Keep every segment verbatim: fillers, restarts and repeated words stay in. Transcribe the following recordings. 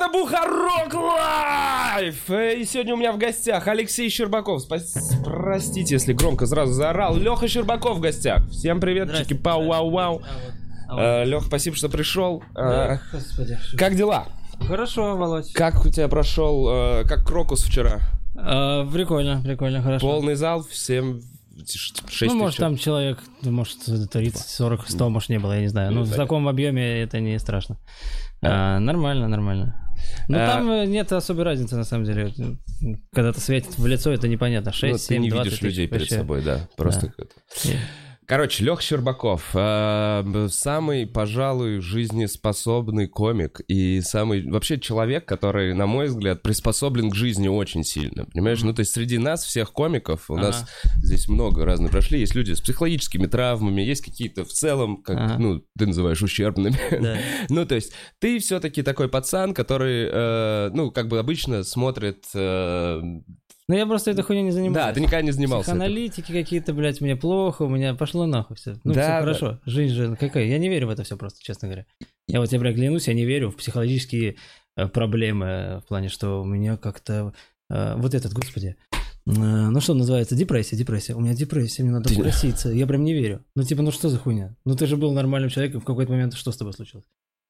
Это Бухарок Лайв! И сегодня у меня в гостях Алексей Щербаков. Спас... Простите, если громко сразу заорал. Леха Щербаков в гостях. Всем приветчики, пау-вау-вау. А, вот. Лех, спасибо, что пришел. Да, а, господи. Как дела? Хорошо, Володь. Как у тебя прошел, как Крокус вчера? А, прикольно, прикольно, хорошо. Полный зал, всем... шесть ну, может, там человек, может, тридцать, сорок, сто, может, не было, я не знаю. Ну, в таком объеме это не страшно. А, нормально, нормально. Ну, а... там нет особой разницы, на самом деле. Когда ты светит в лицо, это непонятно. шесть, семь, двадцать. Ты не видишь людей перед собой, да. Просто... Да. Короче, Леха Щербаков, э, самый, пожалуй, жизнеспособный комик и самый, вообще, человек, который, на мой взгляд, приспособлен к жизни очень сильно, понимаешь? Mm-hmm. Ну, то есть среди нас, всех комиков, у ага. нас здесь много разных прошли, есть люди с психологическими травмами, есть какие-то в целом, как, ага. ну, ты называешь ущербными. Да. Ну, то есть ты все-таки такой пацан, который, э, ну, как бы обычно смотрит... Э, Ну, я просто этой хуйней не занимался. Да, ты никогда не занимался. Психоаналитики какие-то, блядь, мне плохо, у меня пошло нахуй все. Ну, да, все хорошо. Да. Жизнь же какая. Я не верю в это все просто, честно говоря. Я вот тебе, блядь, клянусь, я не верю в психологические э, проблемы, в плане, что у меня как-то... Э, вот этот, господи. Э, ну, что называется? Депрессия, депрессия. У меня депрессия, мне надо проситься. Я прям не верю. Ну, типа, ну что за хуйня? Ну, ты же был нормальным человеком, в какой-то момент что с тобой случилось?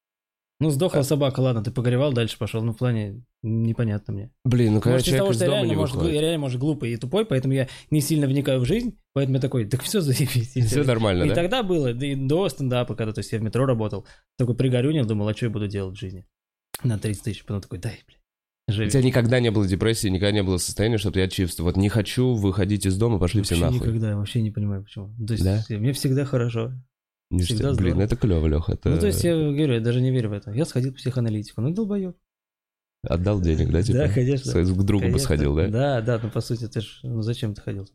Ну, сдохла а... собака, ладно, ты погоревал, дальше пошел. Ну, в плане, непонятно мне. Блин, ну, когда может, человек того, из дома реально, не может, выходит. Я реально, может, глупый и тупой, поэтому я не сильно вникаю в жизнь, поэтому я такой, так все заебись. Все, все нормально, и да? И тогда было, да и до стендапа, когда, то есть, я в метро работал, такой пригорюнил, думал, а что я буду делать в жизни? На тридцать тысяч, потом такой, дай, блядь. Живи. У тебя никогда не было депрессии, никогда не было состояния, чтобы я чувствовал, вот не хочу выходить из дома, пошли вообще все нахуй. Никогда, я вообще не понимаю, почему. То есть, да? мне всегда хорошо. Всегда Блин, здорово. Это клево, Леха. Это... Ну, то есть, я говорю, я даже не верю в это. Я сходил в психоаналитику, ну, долбоёб. Отдал денег, да, типа? Да, конечно. К другу конечно. Бы сходил, да? Да, да, ну, по сути, ты ж, ну, зачем ты ходил?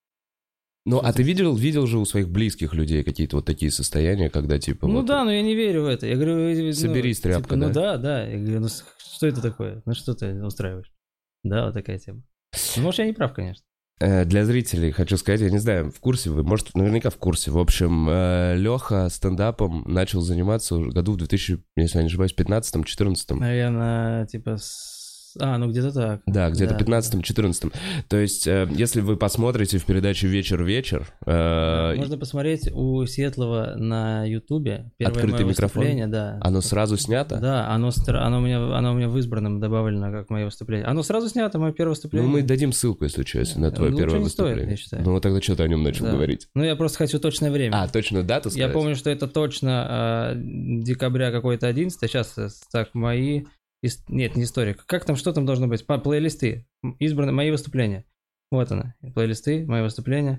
Ну, а ты видел, видел же у своих близких людей какие-то вот такие состояния, когда, типа... Ну, вот... да, но я не верю в это. Я говорю... Соберись, ну, тряпка, типа, да? Ну, да, да. Я говорю, ну, что это такое? Ну, что ты устраиваешь? Да, вот такая тема. Ну, может, я не прав, конечно. Для зрителей хочу сказать, я не знаю, в курсе вы, может, наверняка в курсе. В общем, Леха стендапом начал заниматься уже году в две тысячи, если я не ошибаюсь, пятнадцатом-четырнадцатом. Наверное, типа... С... А, ну где-то так. Да, где-то да, пятнадцатом-четырнадцатом. То есть, если вы посмотрите в передаче «Вечер-вечер»... Да, э... Можно посмотреть у Светлого на Ютубе. Открытый микрофон? Да. Оно сразу снято? Да, оно, оно, у меня, оно у меня в избранном добавлено как мое выступление. Оно сразу снято, мое первое выступление. Ну, мы дадим ссылку, если что, если на твое ну, первое выступление. Стоит, я считаю. Ну, вот тогда что ты о нем начал да. говорить? Ну, я просто хочу точное время. А, точно дату сказать? Я помню, что это точно э, декабря какой-то одиннадцатый. Сейчас, так, мои... Нет, не историк. Как там, что там должно быть? Плейлисты. Избраны мои выступления. Вот она. Плейлисты, мои выступления.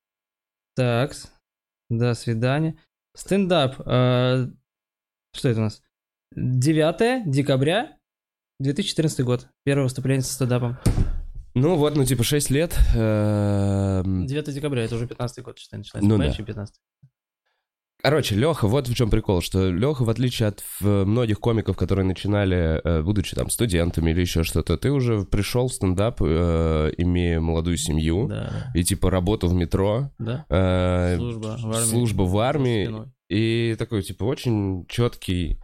Так. До свидания. Стендап. Э, что это у нас? девятое декабря две тысячи четырнадцатый год. Первое выступление со стендапом. Ну вот, ну типа шесть лет. девятое декабря, это уже пятнадцатый год, считай, начинается. Ну да. пятнадцатый. Короче, Леха, вот в чем прикол, что Леха, в отличие от многих комиков, которые начинали, будучи там студентами или еще что-то, ты уже пришел в стендап, э, имея молодую семью, да. и типа работу в метро, да. э, служба в армии, служба в армии и такой типа очень четкий...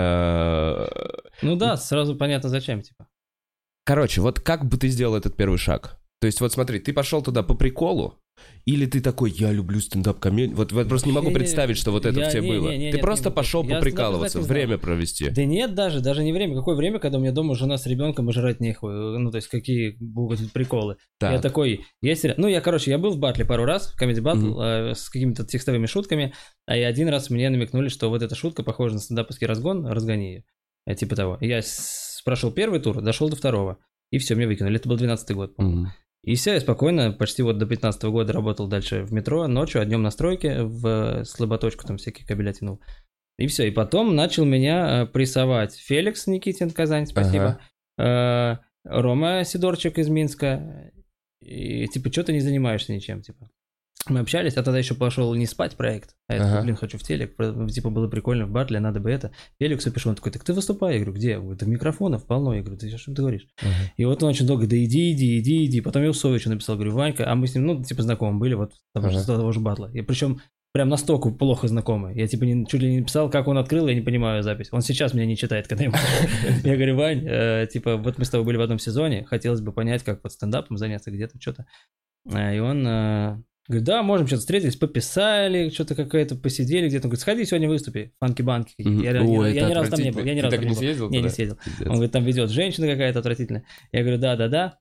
Э, ну да, сразу понятно зачем, типа. Короче, вот как бы ты сделал этот первый шаг? То есть вот смотри, ты пошел туда по приколу, или ты такой, я люблю стендап-комедию? Вот, вот просто не могу представить, что вот это я, в тебе не, было. Не, не, ты нет, просто нет, пошел я поприкалываться, время провести. Да нет даже, даже не время. Какое время, когда у меня дома жена с ребенком и жрать нехуй? Ну, то есть, какие будут приколы? Так. Я такой, есть... Ну, я, короче, я был в батле пару раз, в Comedy Battle, mm-hmm. э, с какими-то текстовыми шутками, а и один раз мне намекнули, что вот эта шутка похожа на стендаповский разгон, разгони ее. Э, типа того. Я с... прошел первый тур, дошел до второго, и все, меня выкинули. Это был двенадцатый год, по-моему. Mm-hmm. И все, я спокойно, почти вот до пятнадцатого года работал дальше в метро, ночью, а днем на стройке, в слаботочку там всякие кабеля тянул. И все, и потом начал меня прессовать Феликс Никитин, Казань, спасибо, ага. Рома Сидорчик из Минска, и типа, что ты не занимаешься ничем, типа. Мы общались, а тогда еще пошел не спать проект, а я ага. такой, блин, хочу в телек, типа было прикольно в батле, надо бы это. Феликсу пишу, он такой, так ты выступай, я говорю, где? Я говорю, да микрофонов полно, я говорю, ты что ты говоришь? Ага. И вот он очень долго, да иди, иди, иди, иди, потом я Усовичу написал, говорю, Ванька, а мы с ним, ну, типа знакомы были, вот там ага. с того же батла, и причем прям настолько плохо знакомы. Я типа не, чуть ли не написал, как он открыл, я не понимаю запись. Он сейчас меня не читает, когда ему... Я говорю, Вань, э, типа, вот мы с тобой были в одном сезоне, хотелось бы понять, как под стендапом заняться где-то, что-то. И он э, говорит, да, можем что-то встретились, пописали, что-то какое-то, посидели где-то. Он говорит, сходи сегодня выступи, фанки-банки какие-то. Я, О, я, я ни разу там не был, я ни разу там не был. Съездил не, не съездил. Он говорит, там ведет женщина какая-то отвратительная. Я говорю, да-да-да.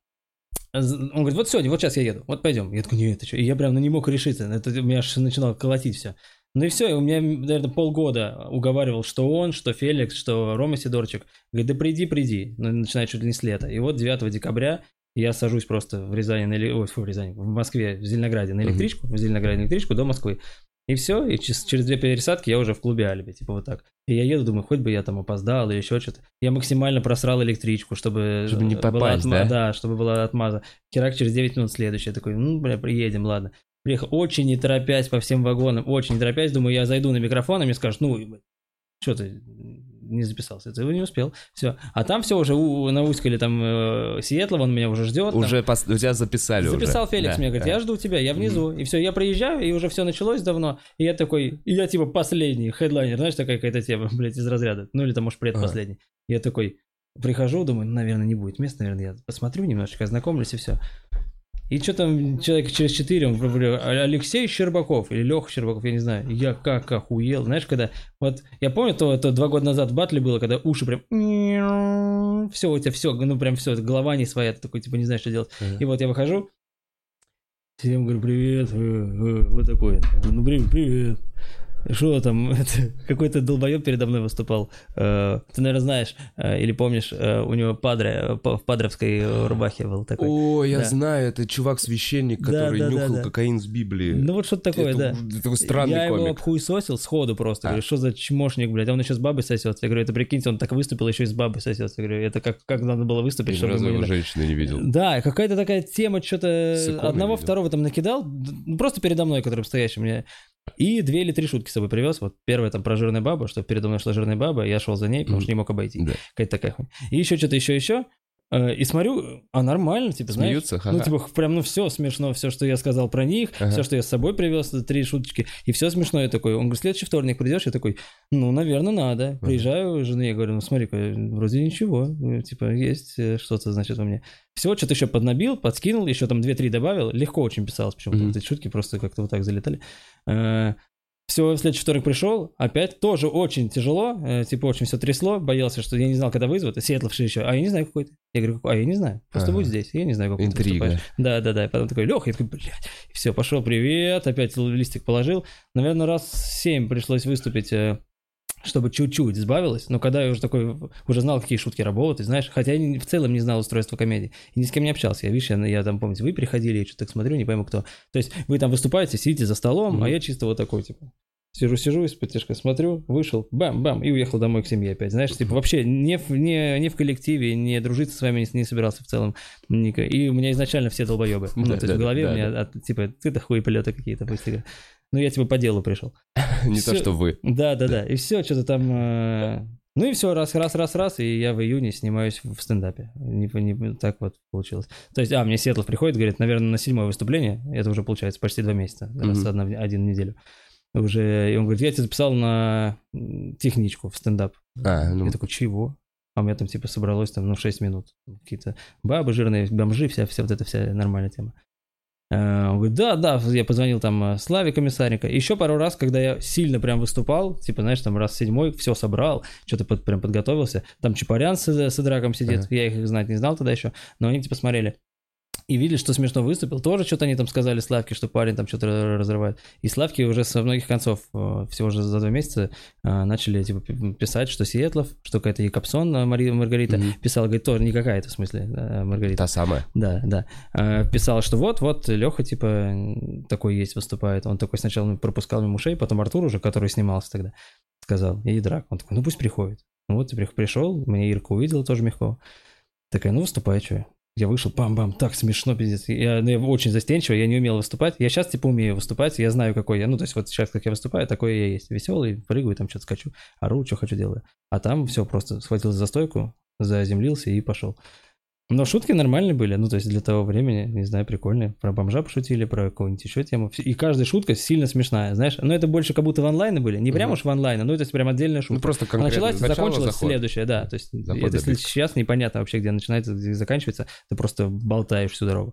Он говорит, вот сегодня, вот сейчас я еду, вот пойдем. Я такой, нет, ты что? И я прям ну, не мог решиться, это у меня аж начинало колотить все. Ну и все, у меня, наверное, полгода уговаривал, что он, что Феликс, что Рома Сидорчик. Говорит, да приди, приди. Ну, начинает чуть ли не с лета. И вот девятого декабря я сажусь просто в Рязани, на, ой, фу, в Рязани, в Москве, в Зеленограде на электричку, uh-huh. в Зеленограде на электричку до Москвы. И все, и через, через две пересадки я уже в клубе Алиби, типа вот так. И я еду, думаю, хоть бы я там опоздал или еще что-то. Я максимально просрал электричку, чтобы... Чтобы не попасть, была отма... да? Да, чтобы была отмаза. Херак через девять минут следующий. Я такой, ну, бля, приедем, ладно. Приехал очень не торопясь по всем вагонам, очень не торопясь. Думаю, я зайду на микрофон, и мне скажут, ну, что ты не записался, ты не успел. Все. А там все уже у, науськали там э, Сиэтлова, он меня уже ждет. Уже там. Пос... у тебя записали Записал уже. Феликс, да, мне говорит, да. Я жду тебя, я внизу. Mm-hmm. И все, я приезжаю, и уже все началось давно. И я такой, и я типа последний хедлайнер, знаешь, такая какая-то тема, блядь, из разряда. Ну или там, может, предпоследний. Uh-huh. Я такой прихожу, думаю, ну, наверное, не будет места, наверное, я посмотрю немножечко, ознакомлюсь и все. И что там, человек через четыре, он говорит, Алексей Щербаков или Леха Щербаков, я не знаю. Я как охуел. Знаешь, когда... Вот я помню, то, то два года назад в батле было, когда уши прям... Все, у тебя все, ну прям все, голова не своя, ты такой, типа, не знаешь, что делать. Uh-huh. И вот я выхожу, всем говорю, привет, вот такой. Ну, привет, привет. Что там, это, какой-то долбоеб передо мной выступал. Э, ты, наверное, знаешь э, или помнишь, э, у него падре, в падровской рубахе был такой. О, я да. знаю, это чувак-священник, который да, да, нюхал да, да. кокаин с Библии. Ну вот что-то такое, это, да. Такой странный я комик. его обхуесосил сходу просто. А. Говорю, что за чмошник, блядь, а он еще с бабой сосется. Я говорю, это прикиньте, он так выступил, еще и с бабой сосется. Я говорю, это как, как надо было выступить, я чтобы... Разве его женщины не видел? Да, какая-то такая тема, что-то одного, второго там накидал, просто передо мной, который стоящий мне. И две или три шутки с собой привез. Вот первая там про жирную бабу, что передо мной шла жирная баба, я шел за ней, потому mm. что не мог обойти. Да. Какая-то такая хуйня. И еще что-то, еще, еще. И смотрю, а нормально, типа, смеются, знаешь? Ну, типа, прям, ну, все смешно, все, что я сказал про них, ага. все, что я с собой привез, три шуточки, и все смешно. Я такой, он говорит, следующий вторник придешь? Я такой, ну, наверное, надо. Приезжаю, жене, я говорю, ну, смотри-ка, вроде ничего, типа, есть что-то, значит, во мне. Всего что-то еще поднабил, подкинул, еще там две-три добавил, легко очень писалось, почему-то mm-hmm. эти шутки просто как-то вот так залетали. Все, в следующий вторник пришел, опять тоже очень тяжело, э, типа очень все трясло, боялся, что я не знал, когда вызовут, Сиэтловший еще, а я не знаю какой ты. Я говорю, а я не знаю, просто ага. будь здесь, я не знаю, какой ты выступаешь. Да-да-да, потом такой, Леха, я такой, блядь, и все, пошел, привет, опять листик положил. Наверное, раз семь пришлось выступить, э, чтобы чуть-чуть сбавилось, но когда я уже такой, уже знал, какие шутки работают, знаешь, хотя я в целом не знал устройства комедии, и ни с кем не общался. Я, видишь, я, я там, помните, вы приходили, я что-то так смотрю, не пойму кто. То есть вы там выступаете, сидите за столом, mm-hmm. а я чисто вот такой, типа, сижу-сижу, из-под тяжка смотрю, вышел, бам-бам, и уехал домой к семье опять. Знаешь, типа, вообще не в, не, не в коллективе, не дружить с вами не, не собирался в целом. И у меня изначально все долбоебы. Ну, да, то есть да, в голове да, у меня, да. от, типа, ты-то хуеполеты какие-то, быстро. Ну, я типа по делу пришел. Не то, что вы. Да-да-да, и все, что-то там... Ну и все, раз, раз, раз, раз, и я в июне снимаюсь в стендапе. Не, не, так вот получилось. То есть, а, мне Сиэтлов приходит, говорит, наверное, на седьмое выступление, это уже получается почти два месяца, mm-hmm. раз одна, один неделю. Уже, и он говорит, я тебя записал на техничку в стендап. А, ну... Я такой, чего? А у меня там типа собралось там, ну, шесть минут. Какие-то бабы жирные, бомжи, вся, вся вот эта вся нормальная тема. Он говорит, да, да, я позвонил там Славе Комиссаренко. Еще пару раз, когда я сильно прям выступал, типа, знаешь, там раз седьмой, все собрал, что-то под, прям подготовился. Там Чапарян с, с Идраком сидит, ага. я их знать не знал тогда еще, но они типа смотрели. И видели, что смешно выступил. Тоже что-то они там сказали Славке, что парень там что-то разрывает. И Славки уже со многих концов, всего же за два месяца, начали типа писать, что Сиэтлов, что какая-то Якобсон Мария Маргарита mm-hmm. писала, говорит, тоже не какая-то, в смысле, Маргарита. Та самая. Да, да. Писала, что вот, вот, Леха типа такой есть, выступает. Он такой сначала пропускал мимо ушей, потом Артур уже, который снимался тогда, сказал, и Драк. Он такой, ну пусть приходит. Ну вот, пришел, меня Ирка увидела, тоже Мягкова. Такая, ну выступай, что я. Я вышел, бам-бам, так смешно, пиздец. Я, ну, я очень застенчивый, я не умел выступать. Я сейчас, типа, умею выступать, я знаю, какой я. Ну, то есть, вот сейчас, как я выступаю, такой я есть. Веселый, прыгаю, там что-то скачу, ору, что хочу делаю. А там все, просто схватился за стойку, заземлился и пошел. Но шутки нормальные были, ну, то есть для того времени, не знаю, прикольные. Про бомжа пошутили, про какую-нибудь еще тему. И каждая шутка сильно смешная, знаешь. Но это больше как будто в онлайне были. Не прям угу. уж в онлайне, но это прям отдельная шутка. Ну, просто конкретно. Началась, закончилась следующая, да. То есть заход это, если сейчас непонятно вообще, где начинается, где заканчивается, ты просто болтаешь всю дорогу.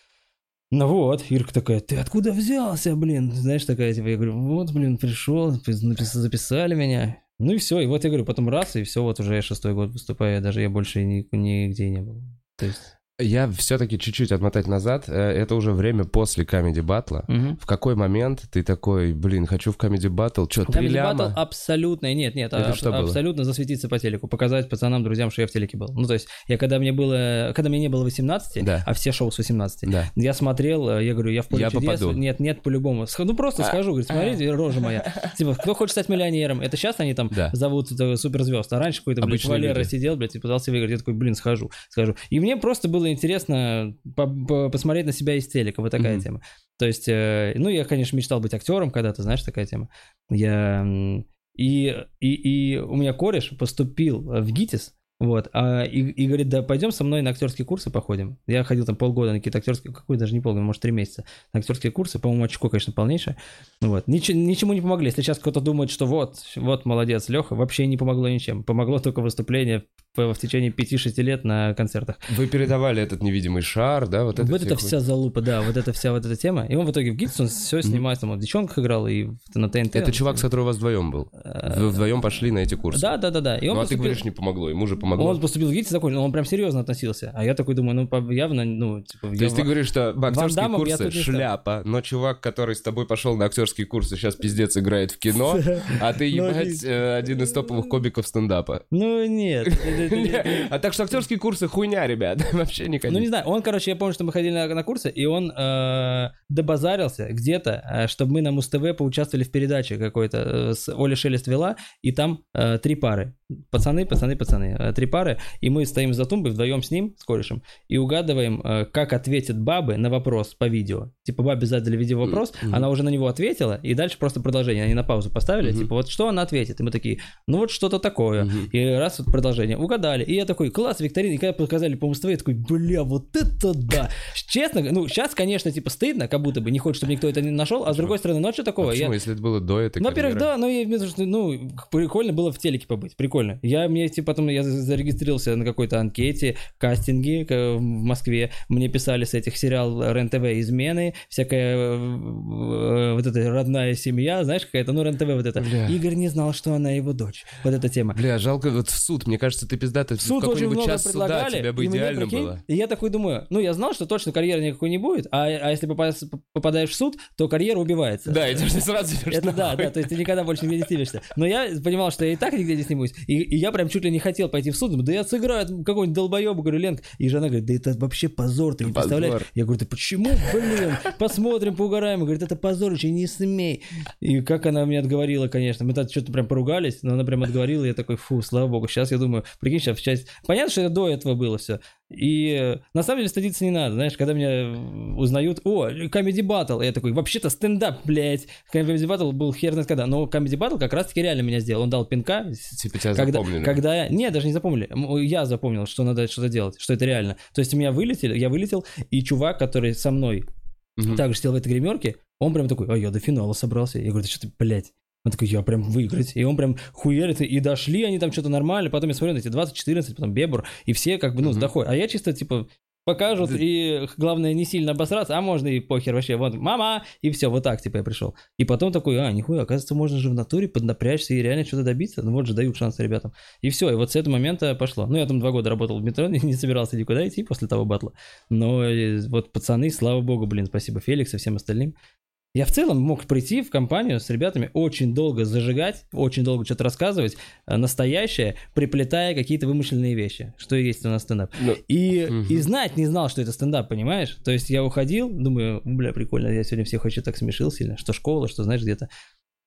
Ну вот, Ирка такая, ты откуда взялся, блин? Знаешь, такая, типа, я говорю, вот, блин, пришел, записали меня. Ну и все, и вот я говорю, потом раз, и все, вот уже я шестой год выступаю, даже я больше ни, нигде не был. То есть... Я все-таки чуть-чуть отмотать назад. Это уже время после Comedy Battle. Угу. В какой момент ты такой, блин, хочу в Comedy Battle? Что, три ляма? Comedy Battle абсолютно, нет, нет, Это а, что абсолютно было? Засветиться по телеку, показать пацанам, друзьям, что я в телеке был. Ну, то есть, я когда мне было, когда мне не было восемнадцати, да. а все шоу с восемнадцати, да. я смотрел, я говорю, я в поле я чудес. Попаду. Нет, нет, по-любому. Ну, просто схожу, говорю, смотрите, рожа моя. Типа, кто хочет стать миллионером? Это сейчас они там да. зовут суперзвезд, а раньше какой-то, блядь, Валера сидел, блядь, и пытался выиграть. Я такой, блин, схожу, схожу. И мне просто было интересно посмотреть на себя из телека, вот такая mm-hmm. тема. То есть, э, ну, я, конечно, мечтал быть актером когда-то, знаешь, такая тема. Я... И, и, и у меня кореш поступил в ГИТИС, вот, а, и, и говорит, да, пойдем со мной на актерские курсы походим. Я ходил там полгода на какие-то актерские, какой даже не полгода, может, три месяца на актерские курсы, по-моему, очко, конечно, полнейшее. Вот, Нич, ничему не помогли. Если сейчас кто-то думает, что вот, вот, молодец, Леха, вообще не помогло ничем. Помогло только выступление в, в течение пяти-шести лет на концертах. Вы передавали этот невидимый шар, да? Вот, вот это вся залупа, да, вот эта вся вот эта тема. И он в итоге в ГИТИС, он все снимает, там, он в девчонках играл, и на ТНТ. Это чувак, с которым у вас вдвоем был? Вы вдвоем пошли на эти курсы? Да, да, да, да. И он ну, а поступил... ты говоришь, не помогло, ему же помогло. Он поступил в ГИТИС, закончил, но он прям серьезно относился. А я такой думаю, ну, явно, ну, типа... То есть ты говоришь, что актерские курсы шляпа, но чувак, который с тобой пошел на актерские курсы, сейчас пиздец играет в кино, а ты, ебать, один из топовых комиков стендапа. Ну, нет. А так что актерские курсы хуйня, ребят, вообще никак. Ну, не знаю, он, короче, я помню, что мы ходили на курсы, и он добазарился где-то, чтобы мы на Муз-ТВ поучаствовали в передаче какой-то, с Оля Шелест вела, и там три пары. Пацаны, пацаны, пацаны. Три пары, и мы стоим за тумбой вдвоем с ним, с корешем, и угадываем, как ответят бабы на вопрос по видео. Типа бабе задали видео-вопрос, mm-hmm. она уже на него ответила, и дальше просто продолжение. Они на паузу поставили, mm-hmm. типа вот что она ответит? И мы такие, ну вот что-то такое. Mm-hmm. И раз вот продолжение. Угадали. И я такой, класс, викторина. И когда показали по Муз-ТВ, я такой, бля, вот это да. Честно, ну сейчас, конечно, типа стыдно, как будто бы не хочет, чтобы никто это не нашел, а с другой стороны, ну что такого? А почему, я... если это было до этой Ну, во-первых, да, но я, ну, прикольно было в телеке побыть, прикольно. Я, мне, типа, потом я зарегистрировался на какой-то анкете, кастинге в Москве, мне писали с этих сериал РЕН-ТВ «Измены», всякая вот эта родная семья, знаешь, какая-то, ну, РЕН-ТВ вот это. Бля. Игорь не знал, что она его дочь. Вот эта тема. Бля, жалко, вот в суд, мне кажется, ты пиздатый, в, суд в какой-нибудь час суда тебя бы идеально мне, было. И я такой думаю, ну, я знал, что точно карьеры никакой не будет, а, а если попадаешь, попадаешь в суд, то карьера убивается. Да, и ты сразу идешь это да, да, то есть ты никогда больше нигде не снимешься. Но я понимал, что я и так нигде не снимусь, и, и я прям чуть ли не хотел пойти в суд, думаю, да я сыграю какого-нибудь долбоеба, говорю, Ленка. И жена говорит, да это вообще позор, ты не позор. Представляешь? Я говорю, да почему, блин, посмотрим, поугараем. Говорит, это позор, еще не смей. И как она мне отговорила, конечно. Мы так что-то прям поругались, но она прям отговорила, я такой, фу, слава богу. Сейчас я думаю, прикинь, сейчас в часть... Понятно, что это до этого было все. И на самом деле стыдиться не надо, знаешь, когда меня узнают, о, Comedy Battle, я такой, вообще-то стендап, блядь. Comedy Battle был хер знает когда, но Comedy Battle как раз-таки реально меня сделал. Он дал пинка. Типа тебя когда, запомнили. Когда... Нет, даже не запомнили. Я запомнил, что надо что-то делать, что это реально. То есть у меня вылетели, я вылетел, и чувак, который со мной угу. также сидел в этой гримерке, он прям такой, а я до финала собрался. Я говорю, да что ты, блядь. Он такой, я прям выиграть. И он прям хуярит, и дошли они там что-то нормально. Потом я смотрю на эти двадцать четырнадцать, потом Бебур, и все как бы, ну, uh-huh. доходят. А я чисто, типа, покажут, и главное не сильно обосраться, а можно и похер вообще. Вот, мама, и все, вот так, типа, я пришел. И потом такой, а, нихуя, оказывается, можно же в натуре поднапрячься и реально что-то добиться. Ну вот же дают шансы ребятам. И все, и вот с этого момента пошло. Ну, я там два года работал в метро, не собирался никуда идти после того батла. Но вот пацаны, слава богу, блин, спасибо Феликс и всем остальным. Я в целом мог прийти в компанию с ребятами, очень долго зажигать, очень долго что-то рассказывать, настоящее, приплетая какие-то вымышленные вещи, что есть у нас стендап. Но... И, угу. и знать не знал, что это стендап, понимаешь? То есть я уходил, думаю, бля, прикольно, я сегодня всех очень так смешил сильно, что школа, что, знаешь, где-то.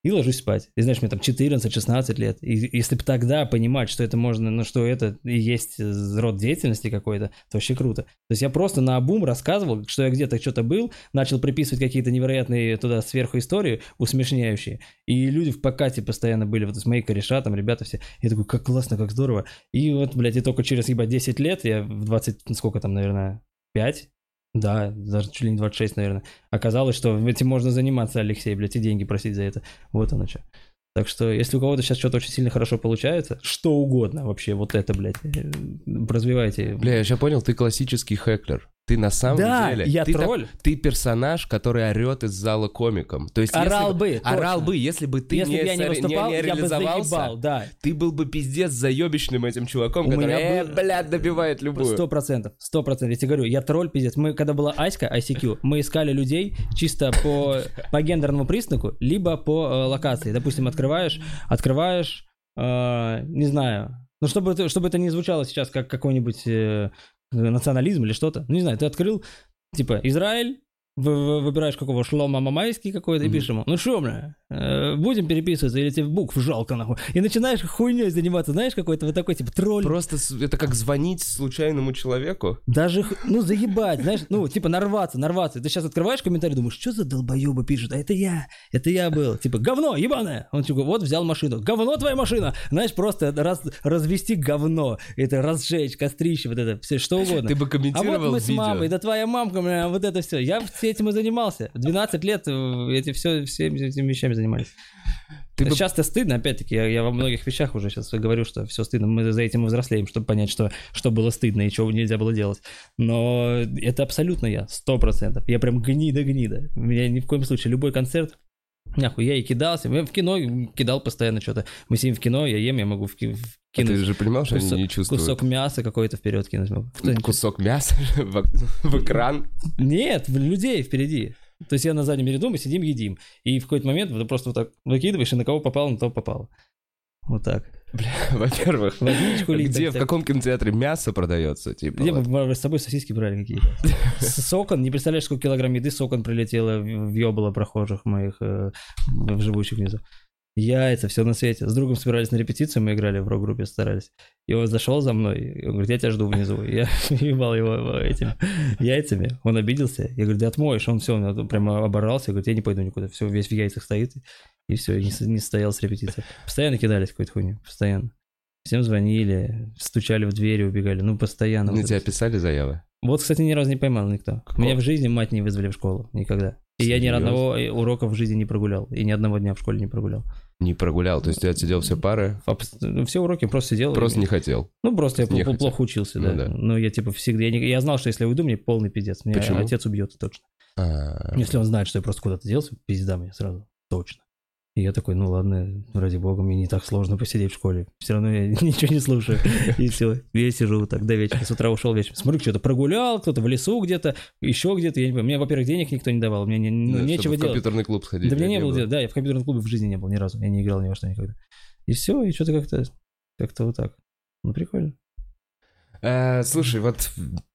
и ложусь спать. И знаешь, мне там четырнадцать-шестнадцать лет. И если бы тогда понимать, что это можно, ну что это и есть род деятельности какой-то, то вообще круто. То есть я просто наобум рассказывал, что я где-то что-то был, начал приписывать какие-то невероятные туда сверху истории, усмешняющие. И люди в покате постоянно были, вот мои кореша, там ребята все. Я такой, как классно, как здорово. И вот, блядь, и только через, ебать, десять лет, я в двадцать, сколько там, наверное, пять? Да, даже чуть ли не двадцать шесть, наверное. Оказалось, что этим можно заниматься, Алексей, блядь, и деньги просить за это. Вот оно что. Так что, если у кого-то сейчас что-то очень сильно хорошо получается, что угодно вообще, вот это, блядь, развивайте. Бля, я сейчас понял, ты классический хэклер. Ты на самом да, деле... я ты тролль. Так, ты персонаж, который орет из зала комиком. То есть, орал если бы, Орал точно. бы, если бы ты если не, бы я не, выступал, не, не реализовался, я бы заебал, да. Ты был бы пиздец заебищным этим чуваком, у который, э, был... блядь, добивает любую. Сто процентов, сто процентов. Я тебе говорю, я тролль пиздец. Мы, когда была Аська, ай си кью, мы искали людей чисто по, по гендерному признаку, либо по э, локации. Допустим, открываешь, открываешь, э, не знаю, ну, чтобы, чтобы это не звучало сейчас как какой-нибудь э, национализм или что-то. Ну, не знаю, ты открыл, типа, Израиль, выбираешь какого шлома мамайский какой-то и пишешь ему, ну шо, бля, э, будем переписываться или тебе букв жалко нахуй. И начинаешь хуйней заниматься, знаешь, какой-то вот такой, типа, тролль. Просто это как звонить случайному человеку. Даже, ну, заебать, знаешь, ну, типа, нарваться, нарваться. Ты сейчас открываешь комментарий, думаешь, что за долбоебы пишут, а это я, это я был. Типа, говно, ебаное. Он типа, вот взял машину, говно твоя машина. Знаешь, просто раз, развести говно, это разжечь, кострище, вот это, все, что угодно. Ты бы комментировал а вот мы видео. с мамой, да твоя мамка, бля, вот это все. Я этим и занимался. двенадцать лет эти все, всеми этими вещами занимались. Ты сейчас-то бы... стыдно, опять-таки, я, я во многих вещах уже сейчас говорю, что все стыдно, мы за этим и взрослеем, чтобы понять, что, что было стыдно и чего нельзя было делать. Но это абсолютно я, сто процентов. Я прям гнида-гнида. У меня ни в коем случае любой концерт, нахуй, я и кидался, я в кино кидал постоянно что-то. Мы сидим в кино, я ем, я могу в кино. А ты же понимал, что кусок, они не чувствуют? Кусок мяса какой-то вперед кинуть могу. Кусок мяса в, в экран? Нет, людей впереди. То есть я на заднем ряду, мы сидим, едим. И в какой-то момент ты просто вот так выкидываешь, и на кого попало, на того попало. Вот так. Бля, во-первых, где, в каком кинотеатре мясо продается? Типа, где вот. Мы с собой сосиски брали какие-то. С окон, не представляешь, сколько килограмм еды с окон прилетело, въебало прохожих моих, э, живущих внизу. Яйца, все на свете. С другом собирались на репетицию, мы играли в рок-группе, старались. И он зашел за мной, и он говорит, я тебя жду внизу. Я ебал его этими яйцами, он обиделся. Я говорю, ты отмоешь, он все, он прямо оборался. Я говорю, я не пойду никуда, все, весь в яйцах стоит. И все, не, не состоялась репетиция. Постоянно кидались какой-то хуйню, постоянно. Всем звонили, стучали в двери, убегали, ну постоянно. На вот тебя писали заявы? Вот, кстати, ни разу не поймал никто. Какого? Меня в жизни мать не вызвали в школу, никогда. И Серьезно? Я ни одного урока в жизни не прогулял, и ни одного дня в школе не прогулял. Не прогулял, то есть ты отсидел все пары? Все уроки просто сидел. Просто и... не хотел? Ну, просто не я хотел. плохо учился, да. Ну, да. Но я типа всегда... Я, не... я знал, что если я уйду, мне полный пиздец. Меня Почему? Отец убьет точно. А-а-а. Если он знает, что я просто куда-то делся, пизда мне сразу, точно. И я такой, ну ладно, ради бога, мне не так сложно посидеть в школе. Все равно я ничего не слушаю. И все, я сижу так до вечера. С утра ушел вечером. Смотрю, что-то прогулял, кто-то в лесу где-то, еще где-то. Я не понимаю. Мне, во-первых, денег никто не давал. Мне не, ну, да, нечего делать. в компьютерный клуб сходить. Да, мне не было. Да, я в компьютерном клубе в жизни не был ни разу. Я не играл ни во что никогда. И все, и что-то как-то, как-то вот так. Ну, прикольно. А, слушай, вот...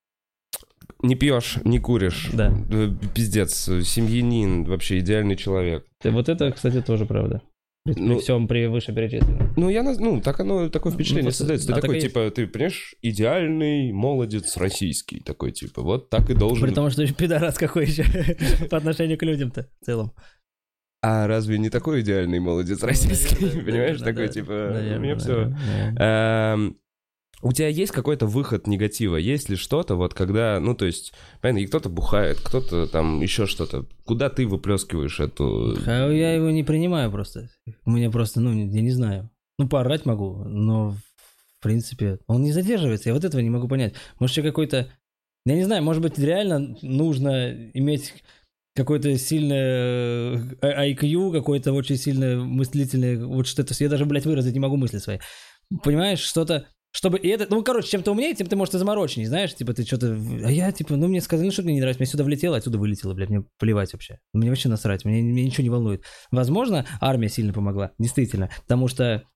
Не пьешь, не куришь. Да. Пиздец, семьянин, вообще идеальный человек. Вот это, кстати, тоже правда. При, ну, при всем при вышеперечисленном. Ну, я, ну, так оно, такое впечатление ну, создается. Ты а такой, типа, есть... ты, понимаешь, идеальный молодец российский. Такой, типа, вот так и должен... При том, что пидорас какой еще по отношению к людям-то в целом. А разве не такой идеальный молодец российский? Понимаешь, такой, типа, у меня все... У тебя есть какой-то выход негатива? Есть ли что-то, вот когда, ну, то есть, понятно, и кто-то бухает, кто-то там еще что-то. Куда ты выплескиваешь эту... А я его не принимаю просто. У меня просто, ну, я не знаю. Ну, поорать могу, но, в принципе, он не задерживается. Я вот этого не могу понять. Может, еще какой-то... Я не знаю, может быть, реально нужно иметь какой-то сильный ай кью, какой-то очень сильно мыслительный... Вот что-то... Я даже, блядь, выразить не могу мысли свои. Понимаешь, что-то... Чтобы и это, ну, короче, чем ты умнее, тем ты, может, и замороченней, знаешь, типа, ты что-то, а я, типа, ну, мне сказали, ну, что мне не нравится, мне сюда влетело, отсюда вылетело, блядь, мне плевать вообще, мне вообще насрать, мне, мне ничего не волнует. Возможно, армия сильно помогла, действительно, потому что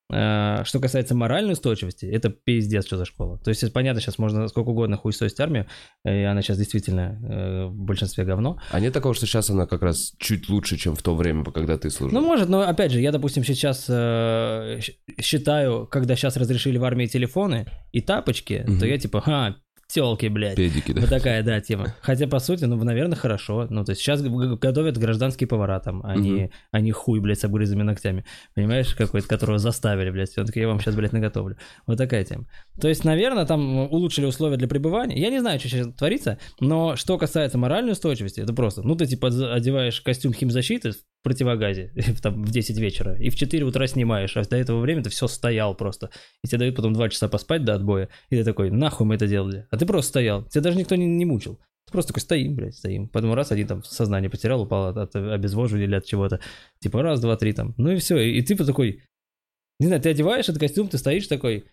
Что касается моральной устойчивости, это пиздец, что за школа. То есть, понятно, сейчас можно сколько угодно хуесосить армию, и она сейчас действительно в большинстве говно. А нет такого, что сейчас она как раз чуть лучше, чем в то время, когда ты служил? Ну, может, но опять же, я, допустим, сейчас э, считаю, когда сейчас разрешили в армии телефоны и тапочки, угу. то я типа, ха, тёлки, блядь. Педики, да. Вот такая, да, тема. Хотя, по сути, ну, наверное, хорошо. Ну, то есть сейчас готовят гражданские повара там, а не, угу. а не хуй, блядь, с обгрызанными ногтями. Понимаешь, какой-то, которого заставили, блядь. Он такой, я вам сейчас, блядь, наготовлю. Вот такая тема. То есть, наверное, там улучшили условия для пребывания. Я не знаю, что сейчас творится, но что касается моральной устойчивости, это просто, ну, ты, типа, одеваешь костюм химзащиты в противогазе там, в десять вечера и в четыре утра снимаешь, а до этого времени ты все стоял просто. И тебе дают потом два часа поспать до отбоя, и ты такой, нахуй мы это делали? А ты просто стоял. Тебя даже никто не, не мучил. Ты просто такой, стоим, блядь, стоим. Потом раз, один там сознание потерял, упал от, от обезвоживания или от чего-то. Типа раз, два, три там. Ну и все. И, и ты такой, не знаю, ты одеваешь этот костюм, ты стоишь такой.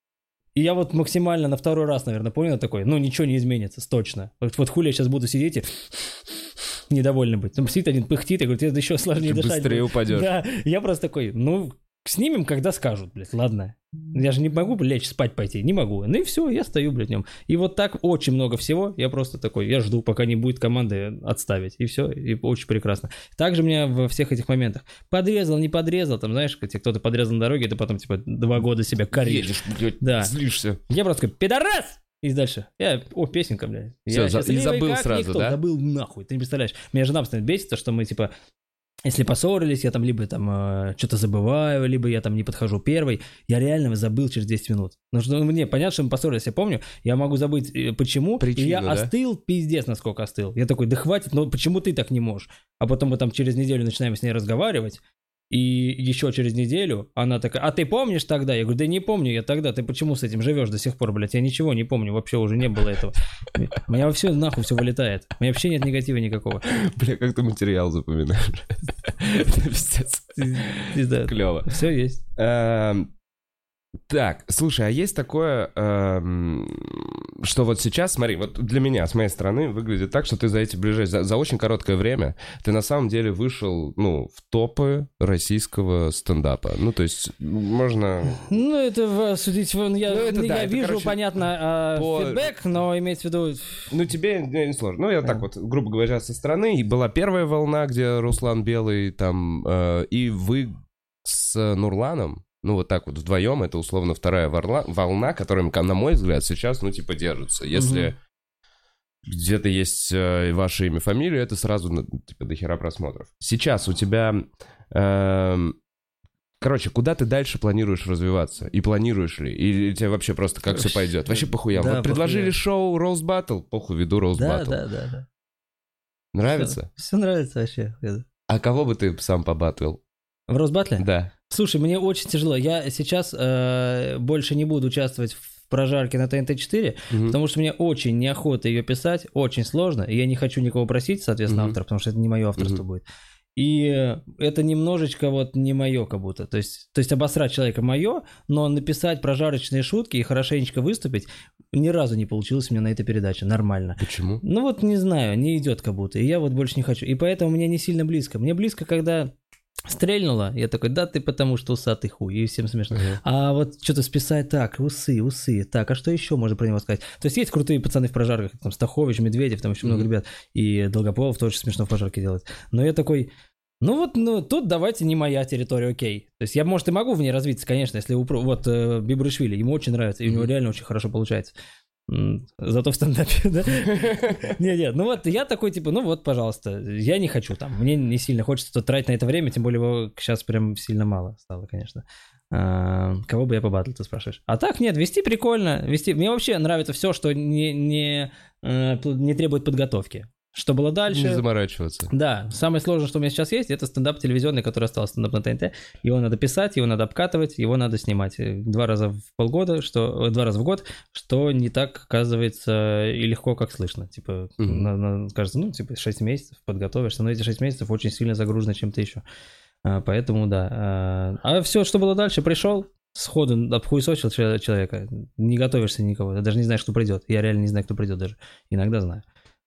И я вот максимально на второй раз, наверное, понял такой, ну ничего не изменится, точно. Вот, вот хули я сейчас буду сидеть и недовольный быть. Там сидит один, пыхтит, и говорит, это еще сложнее дышать. Быстрее упадешь. Да, я просто такой, ну, снимем, когда скажут, блядь, ладно. Я же не могу, лечь спать пойти, не могу. Ну и все, я стою, блядь, в нем. И вот так очень много всего, я просто такой, я жду, пока не будет команды отставить. И все, и очень прекрасно. Также меня во всех этих моментах подрезал, не подрезал, там, знаешь, когда кто-то подрезал на дороге, ты потом, типа, два года себя коришь. Едешь, блядь, да. злишься. Я просто такой, пидорас! И дальше. Я, о, песенка, блядь. Все, я за, и забыл как сразу, никто. да? Забыл нахуй, ты не представляешь. Меня жена постоянно бесит, что мы, типа, если поссорились, я там либо там э, что-то забываю, либо я там не подхожу первый. Я реально забыл через десять минут. Ну, что, ну, мне понятно, что мы поссорились, я помню. Я могу забыть, э, почему. Причину, и я да? остыл, пиздец, насколько остыл. Я такой, да хватит, но почему ты так не можешь? А потом мы там через неделю начинаем с ней разговаривать. И еще через неделю она такая, а ты помнишь тогда? Я говорю, да не помню я тогда, ты почему с этим живешь до сих пор, блядь? Я ничего не помню, вообще уже не было этого. У меня вообще нахуй все вылетает. У меня вообще нет негатива никакого. Бля, как ты материал запоминаешь? Это пиздец. Клево. Все есть. Так, слушай, а есть такое, эм, что вот сейчас, смотри, вот для меня, с моей стороны, выглядит так, что ты за эти ближайшие, за, за очень короткое время, ты на самом деле вышел, ну, в топы российского стендапа. Ну, то есть, можно... Ну, это судить, я, ну, это, я да, вижу, это, короче, понятно, по... фидбэк, но имеется в виду... Ну, тебе не сложно. Ну, я а. так вот, грубо говоря, со стороны, и была первая волна, где Руслан Белый, там, э, и вы с Нурланом, ну, вот так вот вдвоем, это условно вторая волна, волна, которая, на мой взгляд, сейчас, ну, типа, держится. Если угу. где-то есть э, ваше имя, фамилия, это сразу, ну, типа, до хера просмотров. Сейчас у тебя... Э, короче, куда ты дальше планируешь развиваться? И планируешь ли? Или тебе вообще просто как все пойдет? Вообще похуям. Да, вот предложили шоу Roast Battle, похуй, веду Roast да, Battle. Да, да, да. Нравится? Все, все нравится вообще. А кого бы ты сам побатвил? В Roast Battle? Да. Слушай, мне очень тяжело. Я сейчас э, больше не буду участвовать в прожарке на Тэ Эн Тэ четыре, угу. потому что мне очень неохота ее писать, очень сложно, и я не хочу никого просить, соответственно, угу. автора, потому что это не мое авторство угу. будет. И это немножечко вот не мое как будто. То есть, то есть обосрать человека мое, но написать прожарочные шутки и хорошенечко выступить ни разу не получилось у меня на этой передаче. Нормально. Почему? Ну вот не знаю, не идет как будто. И я вот больше не хочу. И поэтому мне не сильно близко. Мне близко, когда... Стрельнула, я такой, да ты потому что усатый хуй, и всем смешно. Uh-huh. А вот что-то списать, так, усы, усы, так, а что еще можно про него сказать? То есть есть крутые пацаны в прожарках, там Стахович, Медведев, там еще uh-huh. много ребят, и Долгополов тоже смешно в прожарке делает. Но я такой, ну вот, ну тут давайте не моя территория, окей. То есть я, может, и могу в ней развиться, конечно, если упро... вот э, Бибришвили, ему очень нравится, и uh-huh. у него реально очень хорошо получается. Зато в стендапе, да? Не-не, ну вот я такой, типа, ну вот, пожалуйста, я не хочу там, мне не сильно хочется тратить на это время, тем более его сейчас прям сильно мало стало, конечно. А, кого бы я побатлил, ты спрашиваешь? А так нет, вести прикольно, вести... Мне вообще нравится все, что не, не, не требует подготовки. Что было дальше? Не заморачиваться. Да, самое сложное, что у меня сейчас есть, это стендап телевизионный, который остался, стендап на Тэ Эн Тэ. Его надо писать, его надо обкатывать, его надо снимать два раза в полгода, что два раза в год, что не так, оказывается, и легко, как слышно. Типа, mm-hmm. на, на, кажется, ну, типа, шесть месяцев подготовишься, но эти шесть месяцев очень сильно загружено чем-то еще. А, поэтому, да. А, а все, что было дальше, пришел, сходу обхуесосил человека, не готовишься никого, ты даже не знаешь, кто придет. Я реально не знаю, кто придет даже. Иногда знаю.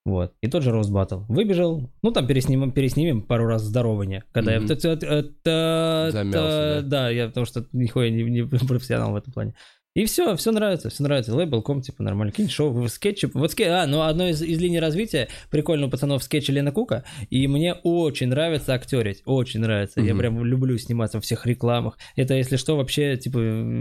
Вот. И тот же Роуст Баттл. Выбежал, ну там переснимем, переснимем пару раз здорование. Когда mm-hmm. я... Замялся, да? Да, я потому что нихуя не, не профессионал в этом плане. И все, все нравится, все нравится. Лейбл.ком, типа, нормально. Кинь шоу, скетчи. Вот скетч... А, ну, одно из, из линий развития прикольного пацанов скетча Лена Кука. И мне очень нравится актерить. Очень нравится. Mm-hmm. Я прям люблю сниматься во всех рекламах. Это, если что, вообще, типа,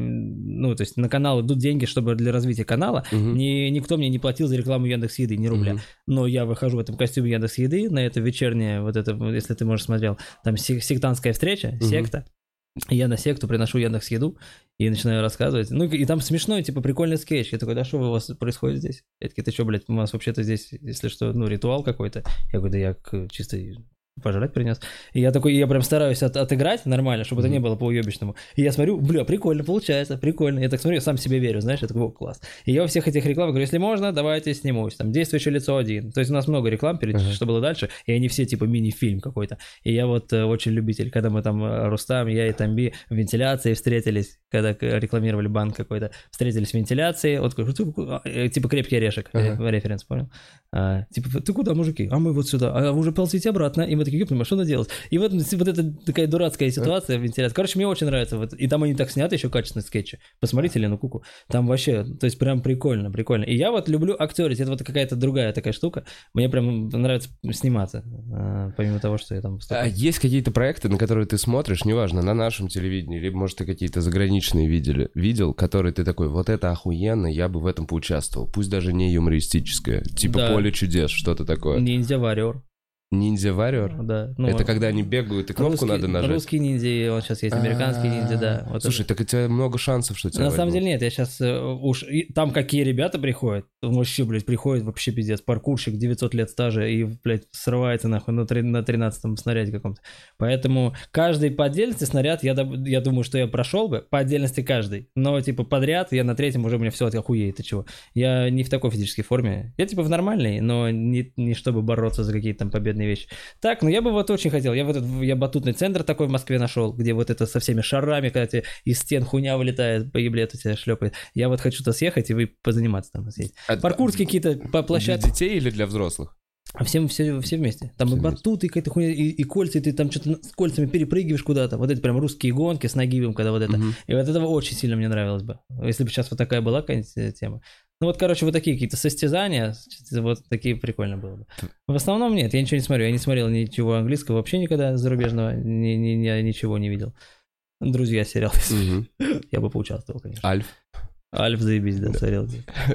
ну, то есть на канал идут деньги, чтобы для развития канала. Mm-hmm. Ни, никто мне не платил за рекламу Яндекс.Еды, ни рубля. Mm-hmm. Но я выхожу в этом костюме Яндекс.Еды на это вечернее, вот это, если ты, можешь, смотрел, там сектантская встреча, mm-hmm. секта. Я на секту приношу Яндекс.Еду и начинаю рассказывать. Ну, и там смешной, типа, прикольный скетч. Я такой, да что у вас происходит здесь? Я такой, ты что, блядь, у нас вообще-то здесь, если что, ну, ритуал какой-то. Я говорю, да я чисто пожрать принес. И я такой, я прям стараюсь от, отыграть нормально, чтобы mm-hmm. это не было по-уебищному. И я смотрю, бля, прикольно получается, прикольно. Я так смотрю, я сам себе верю, знаешь, я такой, о, класс. И я во всех этих рекламах говорю, если можно, давайте снимусь. Там, действующее лицо один. То есть у нас много реклам, перед uh-huh. что было дальше, и они все типа мини-фильм какой-то. И я вот э, очень любитель, когда мы там, Рустам, я и Тамби в вентиляции встретились, когда рекламировали банк какой-то, встретились в вентиляции, вот типа «Крепкий орешек», uh-huh. референс, понял? А, типа, ты куда, мужики? А мы вот сюда. А вы уже ползите обратно. И мы такие, ёпта, а что надо делать? И вот, вот эта такая дурацкая ситуация в вентиляции. Короче, мне очень нравится. Вот. И там они так сняты еще качественные скетчи. Посмотрите Лену Куку. Там вообще, то есть прям прикольно, прикольно. И я вот люблю актерить. Это вот какая-то другая такая штука. Мне прям нравится сниматься. Помимо того, что я там... А есть какие-то проекты, на которые ты смотришь, неважно, на нашем телевидении, либо, может, ты какие-то заграничные видели, видел, которые ты такой, вот это охуенно, я бы в этом поучаствовал. Пусть даже не юмористическое. Типа да. «Поле чудес», что-то такое. «Ниндзя Варриор». «Ниндзя Варриор»? Да. Ну, это когда они бегают, и кнопку русский, надо нажать? Русский ниндзя, он сейчас есть, американский ниндзя, да. Вот слушай, это. Так у тебя много шансов, что тебя На самом деле нет, я сейчас уж... Там какие ребята приходят, вообще, блядь, приходит вообще пиздец. Паркурщик, девятьсот лет стажа и, блядь, срывается нахуй на тринадцатом снаряде каком-то. Поэтому каждый по отдельности снаряд, я, я думаю, что я прошел бы, по отдельности каждый. Но, типа, подряд, я на третьем уже у меня все охуеет, ты чего. Я не в такой физической форме. Я, типа, в нормальной, но не, не чтобы бороться за какие-то там победные вещи. Так, ну я бы вот очень хотел. Я, вот этот, я батутный центр такой в Москве нашел, где вот это со всеми шарами, когда тебе из стен хуйня вылетает, по еблету тебя шлепает. Я вот хочу туда съехать и вы позаниматься там. А, Паркурские какие-то по площадке. Для детей или для взрослых? А всем все, все вместе. Там все и батуты, какая-то хуйня, и, и кольца, и ты там что-то с кольцами перепрыгиваешь куда-то. Вот эти прям русские гонки с нагибом, когда вот это. Угу. И вот этого очень сильно мне нравилось бы. Если бы сейчас вот такая была какая-нибудь тема. Ну вот, короче, вот такие какие-то состязания, вот такие прикольно было бы. В основном нет, я ничего не смотрю. Я не смотрел ничего английского вообще никогда зарубежного, ни, ни, ни, ничего не видел. «Друзья» сериал. Угу. Я бы поучаствовал, конечно. «Альф». «Альф» заебись, да, смотрел.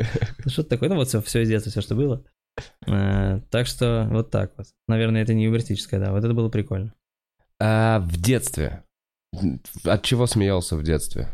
Ну что-то такое, ну вот все, все из детства, все, что было. А, так что вот так вот. Наверное, это не юмористическое, да, вот это было прикольно. А в детстве? От чего смеялся в детстве?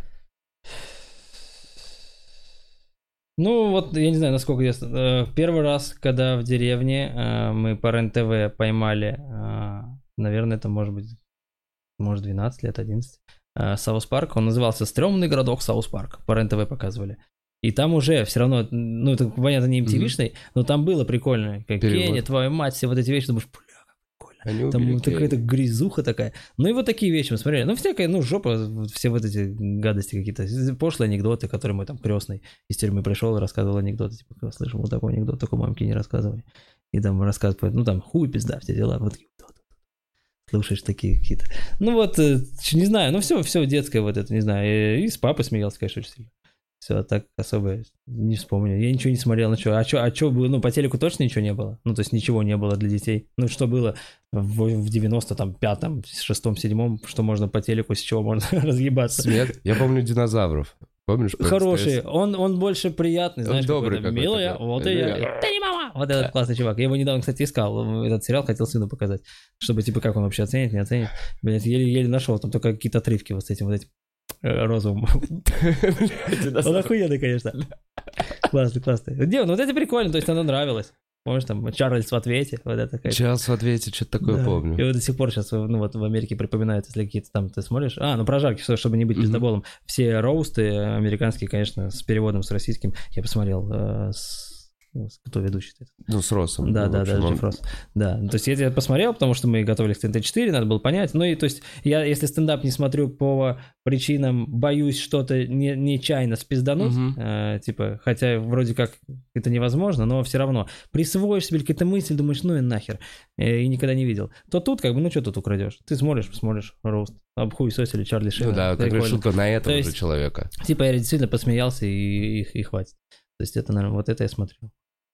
Ну, вот, я не знаю, насколько я... Первый раз, когда в деревне мы по РЕН-ТВ поймали, наверное, это может быть, может, двенадцать лет, одиннадцать, Саус Парк, он назывался «Стрёмный городок Саус Парк», по РЕН-ТВ показывали. И там уже все равно, ну, это, понятно, не эм ти ви-шный, mm-hmm. но там было прикольно, как «Кенни, твою мать», все вот эти вещи, думаешь, бля, Они там какая-то грязуха такая. Ну и вот такие вещи мы смотрели. Ну всякая, ну жопа, все вот эти гадости какие-то. Пошлые анекдоты, которые мой там крестный из тюрьмы пришел и рассказывал анекдоты. Типа, слышал, вот такой анекдот, такой мамке не рассказывай. И там рассказывают, ну там хуй, пизда, все дела. Вот слушаешь такие какие-то. Ну вот, не знаю, ну все, все детское вот это, не знаю. И с папой смеялся, конечно, очень сильно. Все, так особо не вспомню. Я ничего не смотрел, ну что, а что, а что было? Ну, по телеку точно ничего не было. Ну, то есть ничего не было для детей. Ну, что было в, в девяносто пятом, шестом, седьмом, что можно по телеку, с чего можно разъебаться. Свет. Я помню «Динозавров». Помнишь? Хороший. Он, он больше приятный, знаешь, он добрый какой-то. Милая, вот и я. Ты не мама! Вот этот классный чувак. Я его недавно, кстати, искал. Этот сериал хотел сыну показать. Чтобы, типа, как он вообще оценит, не оценит. Блять, еле-еле нашел. Там только какие-то отрывки вот с этим вот этим. Розовым. Он охуенный, конечно. Классный, классный. Где? Ну вот это прикольно, то есть оно нравилось. Помнишь, там, Чарльз в ответе, вот это такая. Чарльз в ответе, что-то такое да. помню. И вот до сих пор сейчас, ну вот в Америке припоминают, если какие-то там, ты смотришь, а, ну прожарки, чтобы не быть пиздоболом. Mm-hmm. Все роусты американские, конечно, с переводом с российским, я посмотрел, э, с кто ведущий? Ну, с Россом. Да, ну, да, общем, да, он... Джефф Росс. Да, то есть я это посмотрел, потому что мы готовились к тэ эн тэ четыре, надо было понять. Ну и то есть я, если стендап не смотрю по причинам, боюсь что-то не, нечаянно спиздануть, угу. э, типа, хотя вроде как это невозможно, но все равно присвоишь себе какие-то мысли, думаешь, ну и нахер, э, и никогда не видел. То тут как бы, ну что тут украдешь? Ты смотришь, смотришь роуст, обхуесосили Чарли Шина. Ну да, как шутка на этого же человека. Типа я действительно посмеялся и, и, и хватит. То есть это, наверное, вот это я смотрел.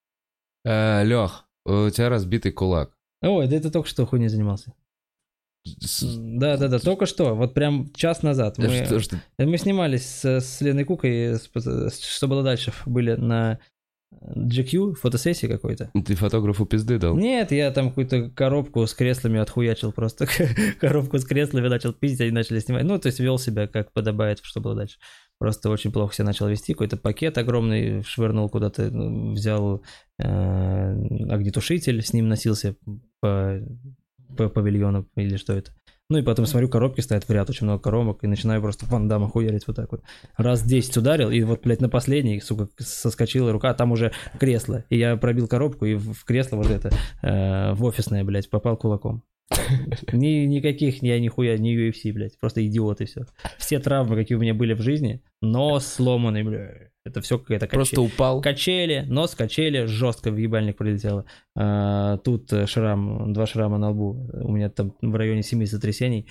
Э, Лёх, у тебя разбитый кулак. Ой, да это только что хуйней занимался. Да, да, да, только что, вот прям час назад. Мы, что, что? мы снимались с, с Леной Кукой, с, что было дальше, были на джи кью, фотосессии какой-то. Ты фотографу пизды дал? Нет, я там какую-то коробку с креслами отхуячил просто. Коробку с креслами начал пиздить, они начали снимать. Ну, то есть вел себя как подобает, что было дальше. Просто очень плохо себя начал вести. Какой-то пакет огромный швырнул куда-то, взял э, огнетушитель, с ним носился по... по павильону или что это. Ну и потом смотрю, коробки стоят в ряд, очень много коробок, и начинаю просто Ван Дамма хуярить вот так вот. Раз десять ударил, и вот, блядь, на последний, сука, соскочила рука, а там уже кресло. И я пробил коробку, и в кресло вот это, э, в офисное, блядь, попал кулаком. Ни, никаких, я нихуя, не ю эф си, блядь, просто идиот и все. Все травмы, какие у меня были в жизни, нос сломанный, блядь, это все какая-то качель. Просто упал. Качели, нос качели, жестко в ебальник прилетело. А, тут шрам, два шрама на лбу, у меня там в районе семи сотрясений,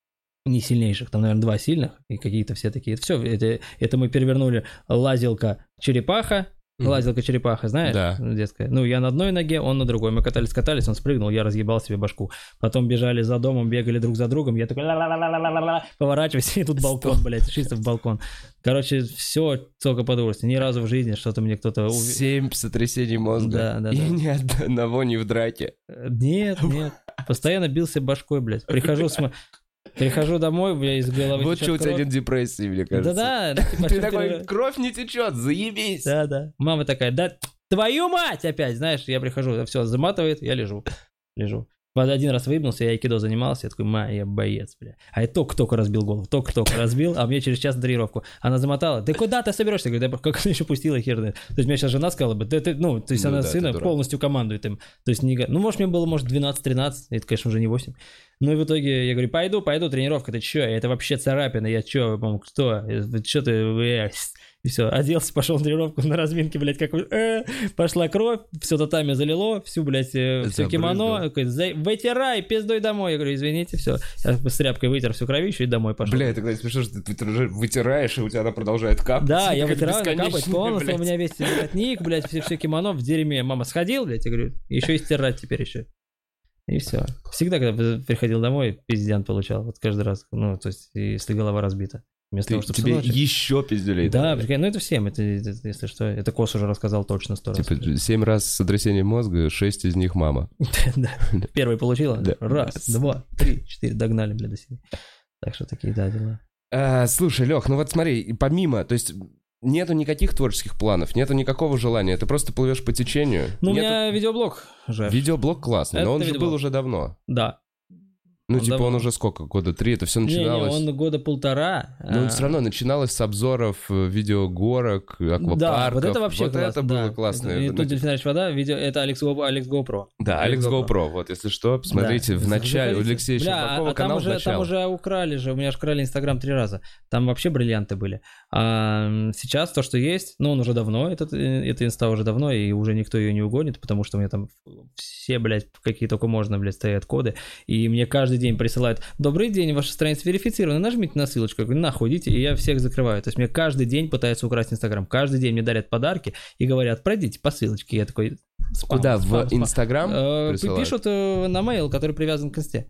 не сильнейших, там, наверное, два сильных, и какие-то все такие. Все, это, это мы перевернули лазилка черепаха, лазилка черепаха, знаешь, да. детская. Ну, я на одной ноге, он на другой. Мы катались-катались, он спрыгнул, я разъебал себе башку. Потом бежали за домом, бегали друг за другом, я такой поворачиваюсь, и тут балкон, блядь, чисто в балкон. Короче, все только под удовольствие. Ни разу в жизни что-то мне кто-то... Семь сотрясений мозга. Да, да, и да. ни одного не в драке. Нет, нет. Постоянно бился башкой, блядь. Прихожу с... Прихожу домой, бля, из головы вот что у тебя нет депрессии, мне кажется. Да-да. Ты такой, кровь не течет, заебись. Да-да. Мама такая, да твою мать опять, знаешь, я прихожу, все, заматывает, я лежу, лежу. Один раз выебнулся, я айкидо занимался, я такой, ма, я боец, бля. А я только-только разбил голову, только-только разбил, а мне через час на тренировку. Она замотала, ты куда ты соберешься? Я говорю, да как она еще пустила хер знает. То есть меня сейчас жена сказала бы, да ты, ну, то есть ну, она да, сына полностью командует им. То есть, не, ну, может, мне было, может, двенадцать-тринадцать, это, конечно, уже не восемь. Ну, и в итоге я говорю, пойду, пойду, тренировка, ты чё? Это вообще царапина, я чё, мам, кто? Чё ты, и все, оделся, пошел на тренировку на разминке, блядь, как э, пошла кровь, все татами залило, всю, блядь, все кимоно, вытирай, пиздой домой. Я говорю, извините, все, я с тряпкой вытер всю кровищу и домой пошел. Бля, это, кстати, смешно, что ты вытираешь, и у тебя она продолжает капать. Да, я вытираю, капать полностью, блядь. У меня весь воротник, блядь, все, все кимоно в дерьме. Мама, сходил, блядь, я говорю, еще и стирать теперь еще. И все. Всегда, когда приходил домой, пиздян получал, вот каждый раз, ну, то есть, если голова разбита. Вместо Ты, того, чтобы тебе сыночек... еще пиздюлей. Да, да, ну это всем, это, это, если что, это Кос уже рассказал точно сто раз. Типа семь раз сотрясение мозга, шесть из них мама. Да, первый получила, раз, два, три, четыре, догнали, бля, до семи. Так что такие, да, дела. Слушай, Лех, ну вот смотри, помимо, то есть... Нету никаких творческих планов, нету никакого желания, ты просто плывешь по течению. Ну, нету... у меня видеоблог же. Видеоблог классный, это но он видеоблог. же был уже давно. Да. Ну, он типа давно. Он уже сколько, года три, это все начиналось... Не, не, он года полтора. Ну, а... все равно начиналось с обзоров видеогорок, аквапарков. Да, вот это вообще вот классно. это было да. классно. И тут дельфинач вода, видео, это Алекс, Го, Алекс GoPro. Да, Алекс GoPro. GoPro, вот, если что, посмотрите да. в начале, у Алексея Щербакова а канал там уже, начало. Там уже украли же, у меня же украли Инстаграм три раза. Там вообще бриллианты были. А сейчас то, что есть, ну, он уже давно, этот, эта инста уже давно, и уже никто ее не угонит, потому что у меня там все, блядь, какие только можно, блядь, стоят коды, и мне каждый день присылают: добрый день, ваша страница верифицирована, нажмите на ссылочку. Я говорю, нахуй, идите, и я всех закрываю. То есть мне каждый день пытаются украсть Инстаграм. Каждый день мне дарят подарки и говорят, пройдите по ссылочке. Я такой, спам, куда, спам, в Инстаграм э, пишут э, на мейл, который привязан к Инсте.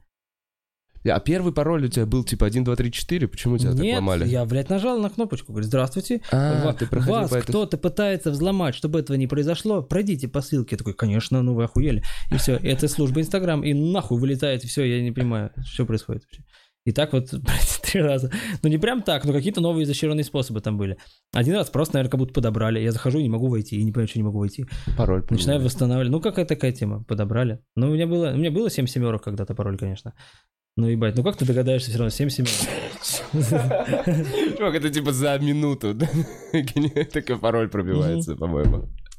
А первый пароль у тебя был типа один, два, три, четыре? Почему тебя Нет, так ломали? я, блядь, нажал на кнопочку, говорю, здравствуйте, а, в, ты проходил вас кто-то пытается взломать, чтобы этого не произошло, пройдите по ссылке. Я такой, конечно, ну вы охуели. И все, это служба Инстаграм, и нахуй вылетает, и все, я не понимаю, что происходит вообще. И так вот, блядь, три раза. Ну, не прям так, но какие-то новые изощренные способы там были. Один раз просто, наверное, как будто подобрали. Я захожу и не могу войти, и не понимаю, что не могу войти. Пароль. Начинаю понимаю. восстанавливать. Ну, какая такая тема? Подобрали. Ну, у меня было, у меня было семь семерок когда-то пароль, конечно. Ну, ебать, ну как ты догадаешься все равно, семь семерок? Чувак, это типа за минуту. Такой пароль пробивается, по-моему.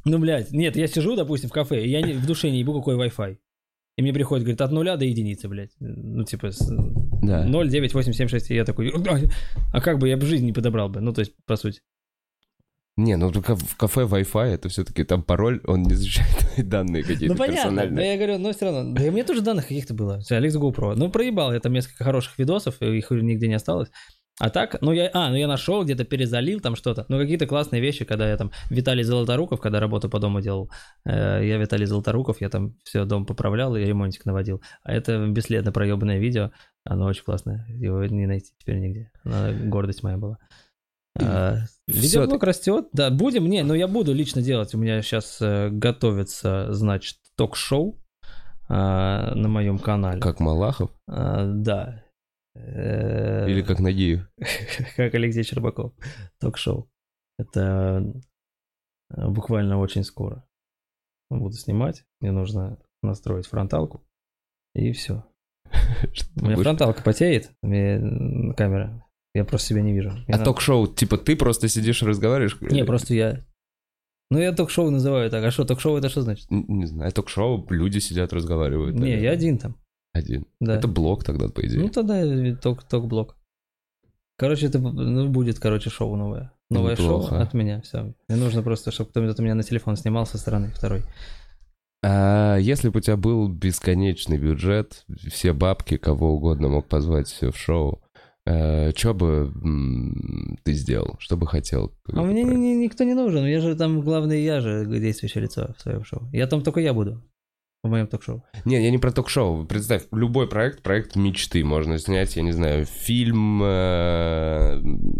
Ну, блядь, нет, я сижу, допустим, в кафе, и я не, в душе не ебу, какой Wi-Fi. И мне приходит, говорит, от нуля до единицы, блядь. Ну, типа, с... да. ноль девять восемь семь шесть, и я такой, а как бы я бы жизнь не подобрал бы, ну, то есть, по сути. Не, ну только в кафе Wi-Fi, это все-таки там пароль, он не защищает твои данные какие-то ну, понятно, персональные. Да, я говорю, но все равно, да, у меня тоже данных каких-то было, Алекс GoPro. Ну, проебал я там несколько хороших видосов, их нигде не осталось. А так, ну я, а, ну я нашел, где-то перезалил там что-то, ну какие-то классные вещи, когда я там, Виталий Золоторуков, когда работу по дому делал, э, я Виталий Золоторуков, я там все дом поправлял и ремонтик наводил, а это бесследно проебанное видео, оно очень классное, его не найти теперь нигде, оно, гордость моя была. А, видеоблог растет, да, будем, не, ну я буду лично делать, у меня сейчас э, готовится, значит, ток-шоу э, на моем канале. Как Малахов? А, да. Или как Нагиев. Как Алексей Щербаков. Ток-шоу. Это буквально очень скоро. Буду снимать. Мне нужно настроить фронталку. И все. У меня фронталка потеет. Камера. Я просто себя не вижу. А ток-шоу, типа ты просто сидишь и разговариваешь? Не, просто я... Ну, я ток-шоу называю так. А что, ток-шоу это что значит? Не знаю. Ток-шоу, люди сидят, разговаривают. Не, я один там. Один. Да. Это блог тогда, по идее. Ну, тогда ток, ток-блог. Короче, это ну, будет, короче, шоу новое. Новое Неплохо. Шоу от меня, все. Мне нужно просто, чтобы кто-нибудь у меня на телефон снимал со стороны второй. А если бы у тебя был бесконечный бюджет, все бабки, кого угодно мог позвать в шоу, э, что бы м- ты сделал? Что бы хотел? А мне ни, ни, никто не нужен. Я же там главный, я же действующее лицо в своем шоу. Я там только я буду. В моем ток-шоу. Не, я не про ток-шоу. Представь, любой проект, проект мечты. Можно снять, я не знаю, фильм... Э...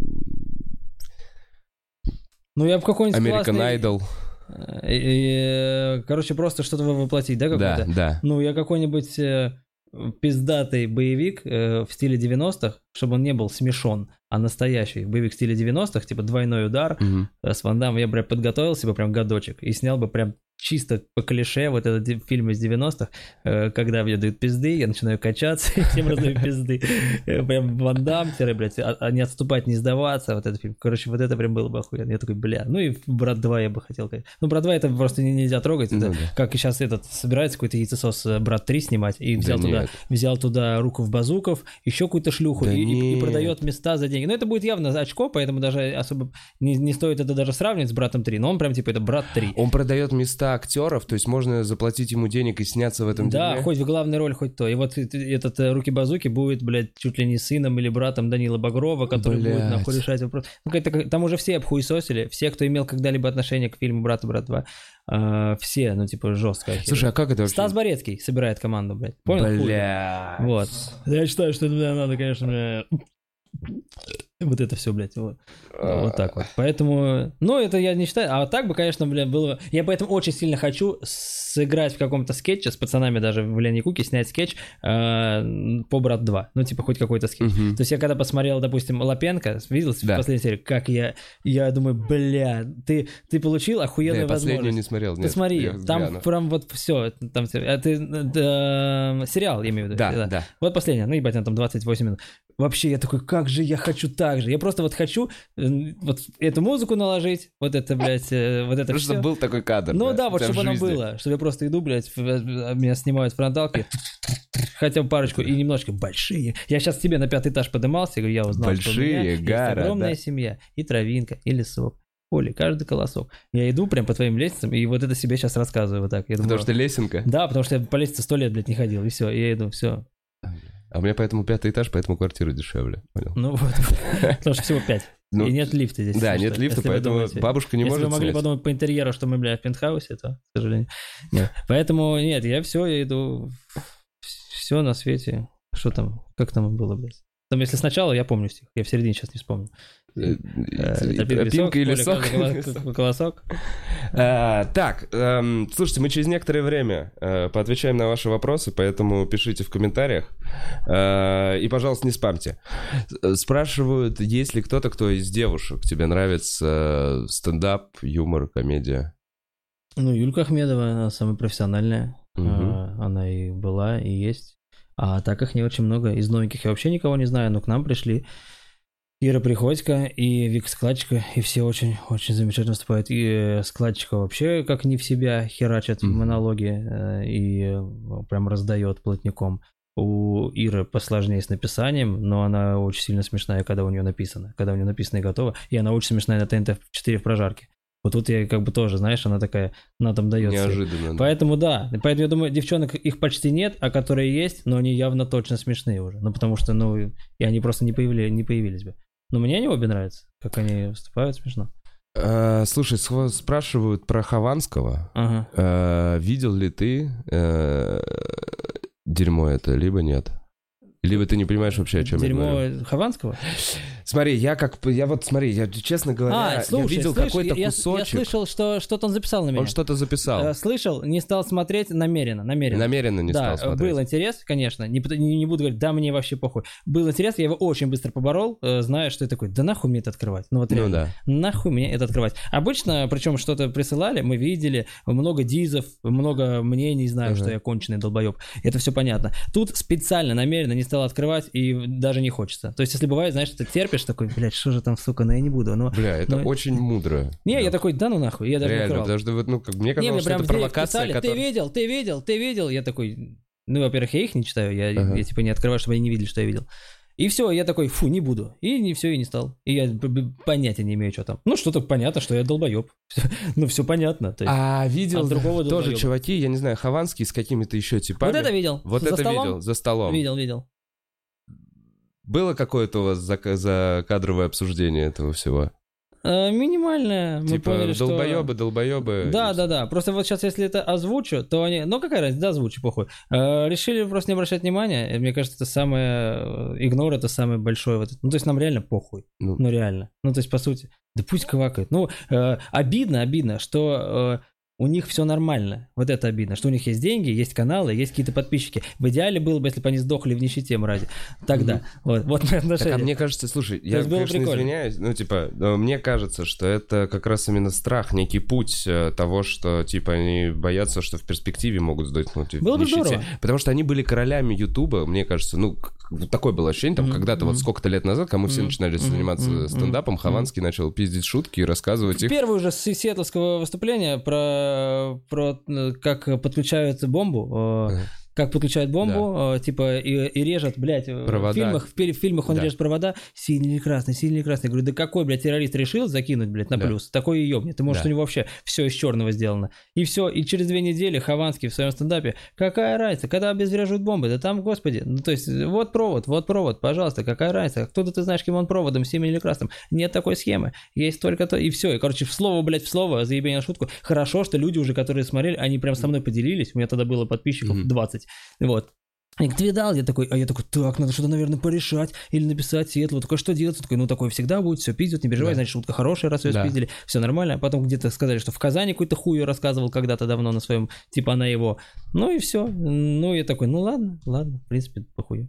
Ну, я в какой-нибудь American классный... Idol. Короче, просто что-то воплотить, да, какое-то? Да, да. Ну, я какой-нибудь пиздатый боевик в стиле девяностых, чтобы он не был смешон, а настоящий боевик в стиле девяностых, типа «Двойной удар» угу. с Ван Даммом. Я прям подготовил себе прям годочек и снял бы прям чисто по клише вот этот фильм из девяностых, когда мне дают пизды, я начинаю качаться, и всем раздаю пизды. Прям Ван Дамм, блядь, а не отступать, не сдаваться, вот этот фильм. Короче, вот это прям было бы охуенно. Я такой, бля, ну и «Брат два» я бы хотел. Ну, «Брат два» это просто нельзя трогать. Ну, это, да. Как и сейчас этот собирается какой-то яйцесос «Брат три» снимать, и взял, да туда, взял туда руку в базуков, еще какую-то шлюху, да и, и, и продает места за деньги. Ну, это будет явно очко, поэтому даже особо не, не стоит это даже сравнивать с «Братом три», но он прям типа это «Брат три». Он продает места актеров, то есть можно заплатить ему денег и сняться в этом да, дерьме? Да, хоть в главной роли, хоть то. И вот этот «Руки-базуки» будет, блядь, чуть ли не сыном или братом Данила Багрова, который блядь. будет нахуй решать вопрос. Ну, это, там уже все обхуесосили, все, кто имел когда-либо отношение к фильму «Брат и брат два», э, все, ну, типа, жестко. Слушай, а как это вообще? Стас Борецкий собирает команду, блядь. Понял? Бля. Вот. Я считаю, что это надо, конечно, мне... Вот это все, блядь, вот. Вот так вот. Поэтому, ну, это я не считаю. А так бы, конечно, блядь, было... Я поэтому очень сильно хочу сыграть в каком-то скетче с пацанами даже в Лене Куки, снять скетч э, по «Брат два». Ну, типа, хоть какой-то скетч. Uh-huh. То есть я когда посмотрел, допустим, Лапенко, видел да. в последней серии, как я... Я думаю, бля, ты, ты получил охуенную да, возможность. последнюю не смотрел. Нет, посмотри, там гляну. Прям вот все. Там, а ты, да, сериал, я имею в виду. Да, да, да. Вот последняя, ну, ебать, там двадцать восемь минут. Вообще, я такой, как же я хочу так же. Я просто вот хочу вот эту музыку наложить, вот это, блядь, вот это все. Чтобы был такой кадр. Ну да, да вот чтобы оно было. Чтобы я просто иду, блядь, меня снимают фронталки, хотя бы парочку, и немножко большие. Я сейчас тебе на пятый этаж поднимался, и я узнал, большие, что у меня гора, есть огромная да. семья, и травинка, и лесок. Поле, каждый колосок. Я иду прям по твоим лестницам, и вот это себе сейчас рассказываю вот так. Я потому думаю, что лесенка? Да, потому что я по лестнице сто лет, блядь, не ходил, и все, и я иду, все. А у меня поэтому пятый этаж, поэтому квартира дешевле, понял? Ну вот, потому что всего пять. Ну, и нет лифта здесь. Да, нет лифта, поэтому думаете, бабушка не если может Если вы могли снять. подумать по интерьеру, что мы, бля, в пентхаусе, то, к сожалению, нет. Поэтому, нет, я все, я иду, все на свете. Что там, как там было, блядь? Там, если сначала, я помню стих, я в середине сейчас не вспомню. Тропинка или сок? Колосок. Так, слушайте, мы через некоторое время поотвечаем на ваши вопросы, поэтому пишите в комментариях. И, пожалуйста, не спамьте. Спрашивают, есть ли кто-то, кто из девушек тебе нравится стендап, юмор, комедия? Ну, Юлька Ахмедова, она самая профессиональная. Она и была, и есть. А так их не очень много. Из новеньких я вообще никого не знаю, но к нам пришли Ира Приходько и Вика Складчика, и все очень-очень замечательно выступают. И Складчика вообще как не в себя херачит mm-hmm. в монологе и прям раздает плотником. У Иры посложнее с написанием, но она очень сильно смешная, когда у нее написано. Когда у нее написано и готово. И она очень смешная на ТНТ четыре в прожарке. Вот тут я как бы тоже, знаешь, она такая, она там дает. Неожиданно. Да. Поэтому да, поэтому я думаю, девчонок их почти нет, а которые есть, но они явно точно смешные уже. Ну потому что, ну, и они просто не, появили, не появились бы. Но мне они обе нравятся, как они выступают, смешно. А, слушай, спрашивают про Хованского. Ага. А, видел ли ты а, дерьмо это, либо нет? Либо ты не понимаешь вообще, о чем дерьмо я говорю. Хованского? Смотри, я как... Я вот, смотри, я, честно говоря, а, слушай, я видел слышь, какой-то я, кусочек. Я слышал, что что-то он записал на меня. Он что-то записал. Э, слышал, не стал смотреть намеренно, намеренно. Намеренно не да, стал смотреть. Был интерес, конечно, не, не, не буду говорить, да, мне вообще похуй. Был интерес, я его очень быстро поборол, э, зная, что я такой, да нахуй мне это открывать? Ну вот реально, ну, да. нахуй мне это открывать? Обычно, причем что-то присылали, мы видели, много дизов, много мнений, знаю, uh-huh. что я конченый долбоеб. Это все понятно. Тут специально, намеренно не стал открывать, и даже не хочется. То есть, если бывает, знаешь, ты терпишь, такой, блядь, что же там, сука, но я не буду. Но, Бля, это но... очень мудро. Не, да. я такой, да ну нахуй, я даже реально, не открывал. Реально, ну, как, мне казалось, не, что прям это провокация, писали, которая... ты видел, ты видел, ты видел. Я такой, ну, во-первых, я их не читаю, я, ага. я типа не открываю, чтобы они не видели, что я видел. И все, я такой, фу, не буду. И не все, и не стал. И я понятия не имею, что там. Ну, что-то понятно, что я долбоеб. Ну, все понятно. То есть, а видел тоже долбоеба. Чуваки, я не знаю, Хованский с какими-то еще типами. Вот это видел. Вот за это столом? видел, за столом. Видел, видел. Было какое-то у вас за, за кадровое обсуждение этого всего? А, минимальное. Мы типа поняли, долбоебы, что... долбоебы. Да, да, да. Просто вот сейчас, если это озвучу, то они... Ну, какая разница, да, озвучу, похуй. А, решили просто не обращать внимания. Мне кажется, это самое... Игнор — это самое большое. Вот... Ну, то есть нам реально похуй. Ну, ну реально. Ну, то есть, по сути, да пусть квакает. Ну, э, обидно, обидно, что... Э, у них все нормально. Вот это обидно, что у них есть деньги, есть каналы, есть какие-то подписчики. В идеале было бы, если бы они сдохли в нищете, мрази. Тогда. Mm-hmm. Вот, вот мои отношения. Так, а мне кажется, слушай, то я, конечно, прикольно. извиняюсь, ну, типа, мне кажется, что это как раз именно страх, некий путь того, что, типа, они боятся, что в перспективе могут сдохнуть в было нищете. Бы здорово. Потому что они были королями Ютуба, мне кажется, ну, такое было ощущение, там, mm-hmm. когда-то, mm-hmm. вот сколько-то лет назад, когда мы все mm-hmm. начинали заниматься mm-hmm. стендапом, Хованский mm-hmm. начал пиздить шутки и рассказывать их. Первое уже с сиэтлского выступления про... про как подключают бомбу, uh-huh. как подключают бомбу, да. типа, и, и режет, блядь, провода. в фильмах, в, в фильмах он да. режет провода, синий или красный, синий или красный. Я говорю, да какой, блядь, террорист решил закинуть, блядь, на да. плюс? Такой и ёбнет. Ты, может, да. у него вообще все из черного сделано. И все, и через две недели Хованский в своем стендапе, какая разница, когда обезвреживают бомбы? Да там, господи, ну, то есть, вот провод, вот провод, пожалуйста, какая разница? Кто-то ты знаешь, каким он проводом, синим или красным? Нет такой схемы. Есть только то, и все. И, короче, в слово, блядь, в слово, заебение на шутку. Хорошо, что люди уже, которые смотрели, они прям со мной поделились. У меня тогда было подписчиков mm-hmm. двадцать. Вот. Я говорю, ты видал? Я такой, а я такой, так, надо что-то, наверное, порешать или написать Сиэтлу. Такой, что делать? Такой, ну, такое всегда будет, все пиздят, не переживай, да. значит, шутка хорошая, раз ее да. спиздили, все нормально. Потом где-то сказали, что в Казани какой-то хуй рассказывал когда-то давно на своем, типа, она его. Ну и все. Ну, я такой, ну ладно, ладно, в принципе, похуй.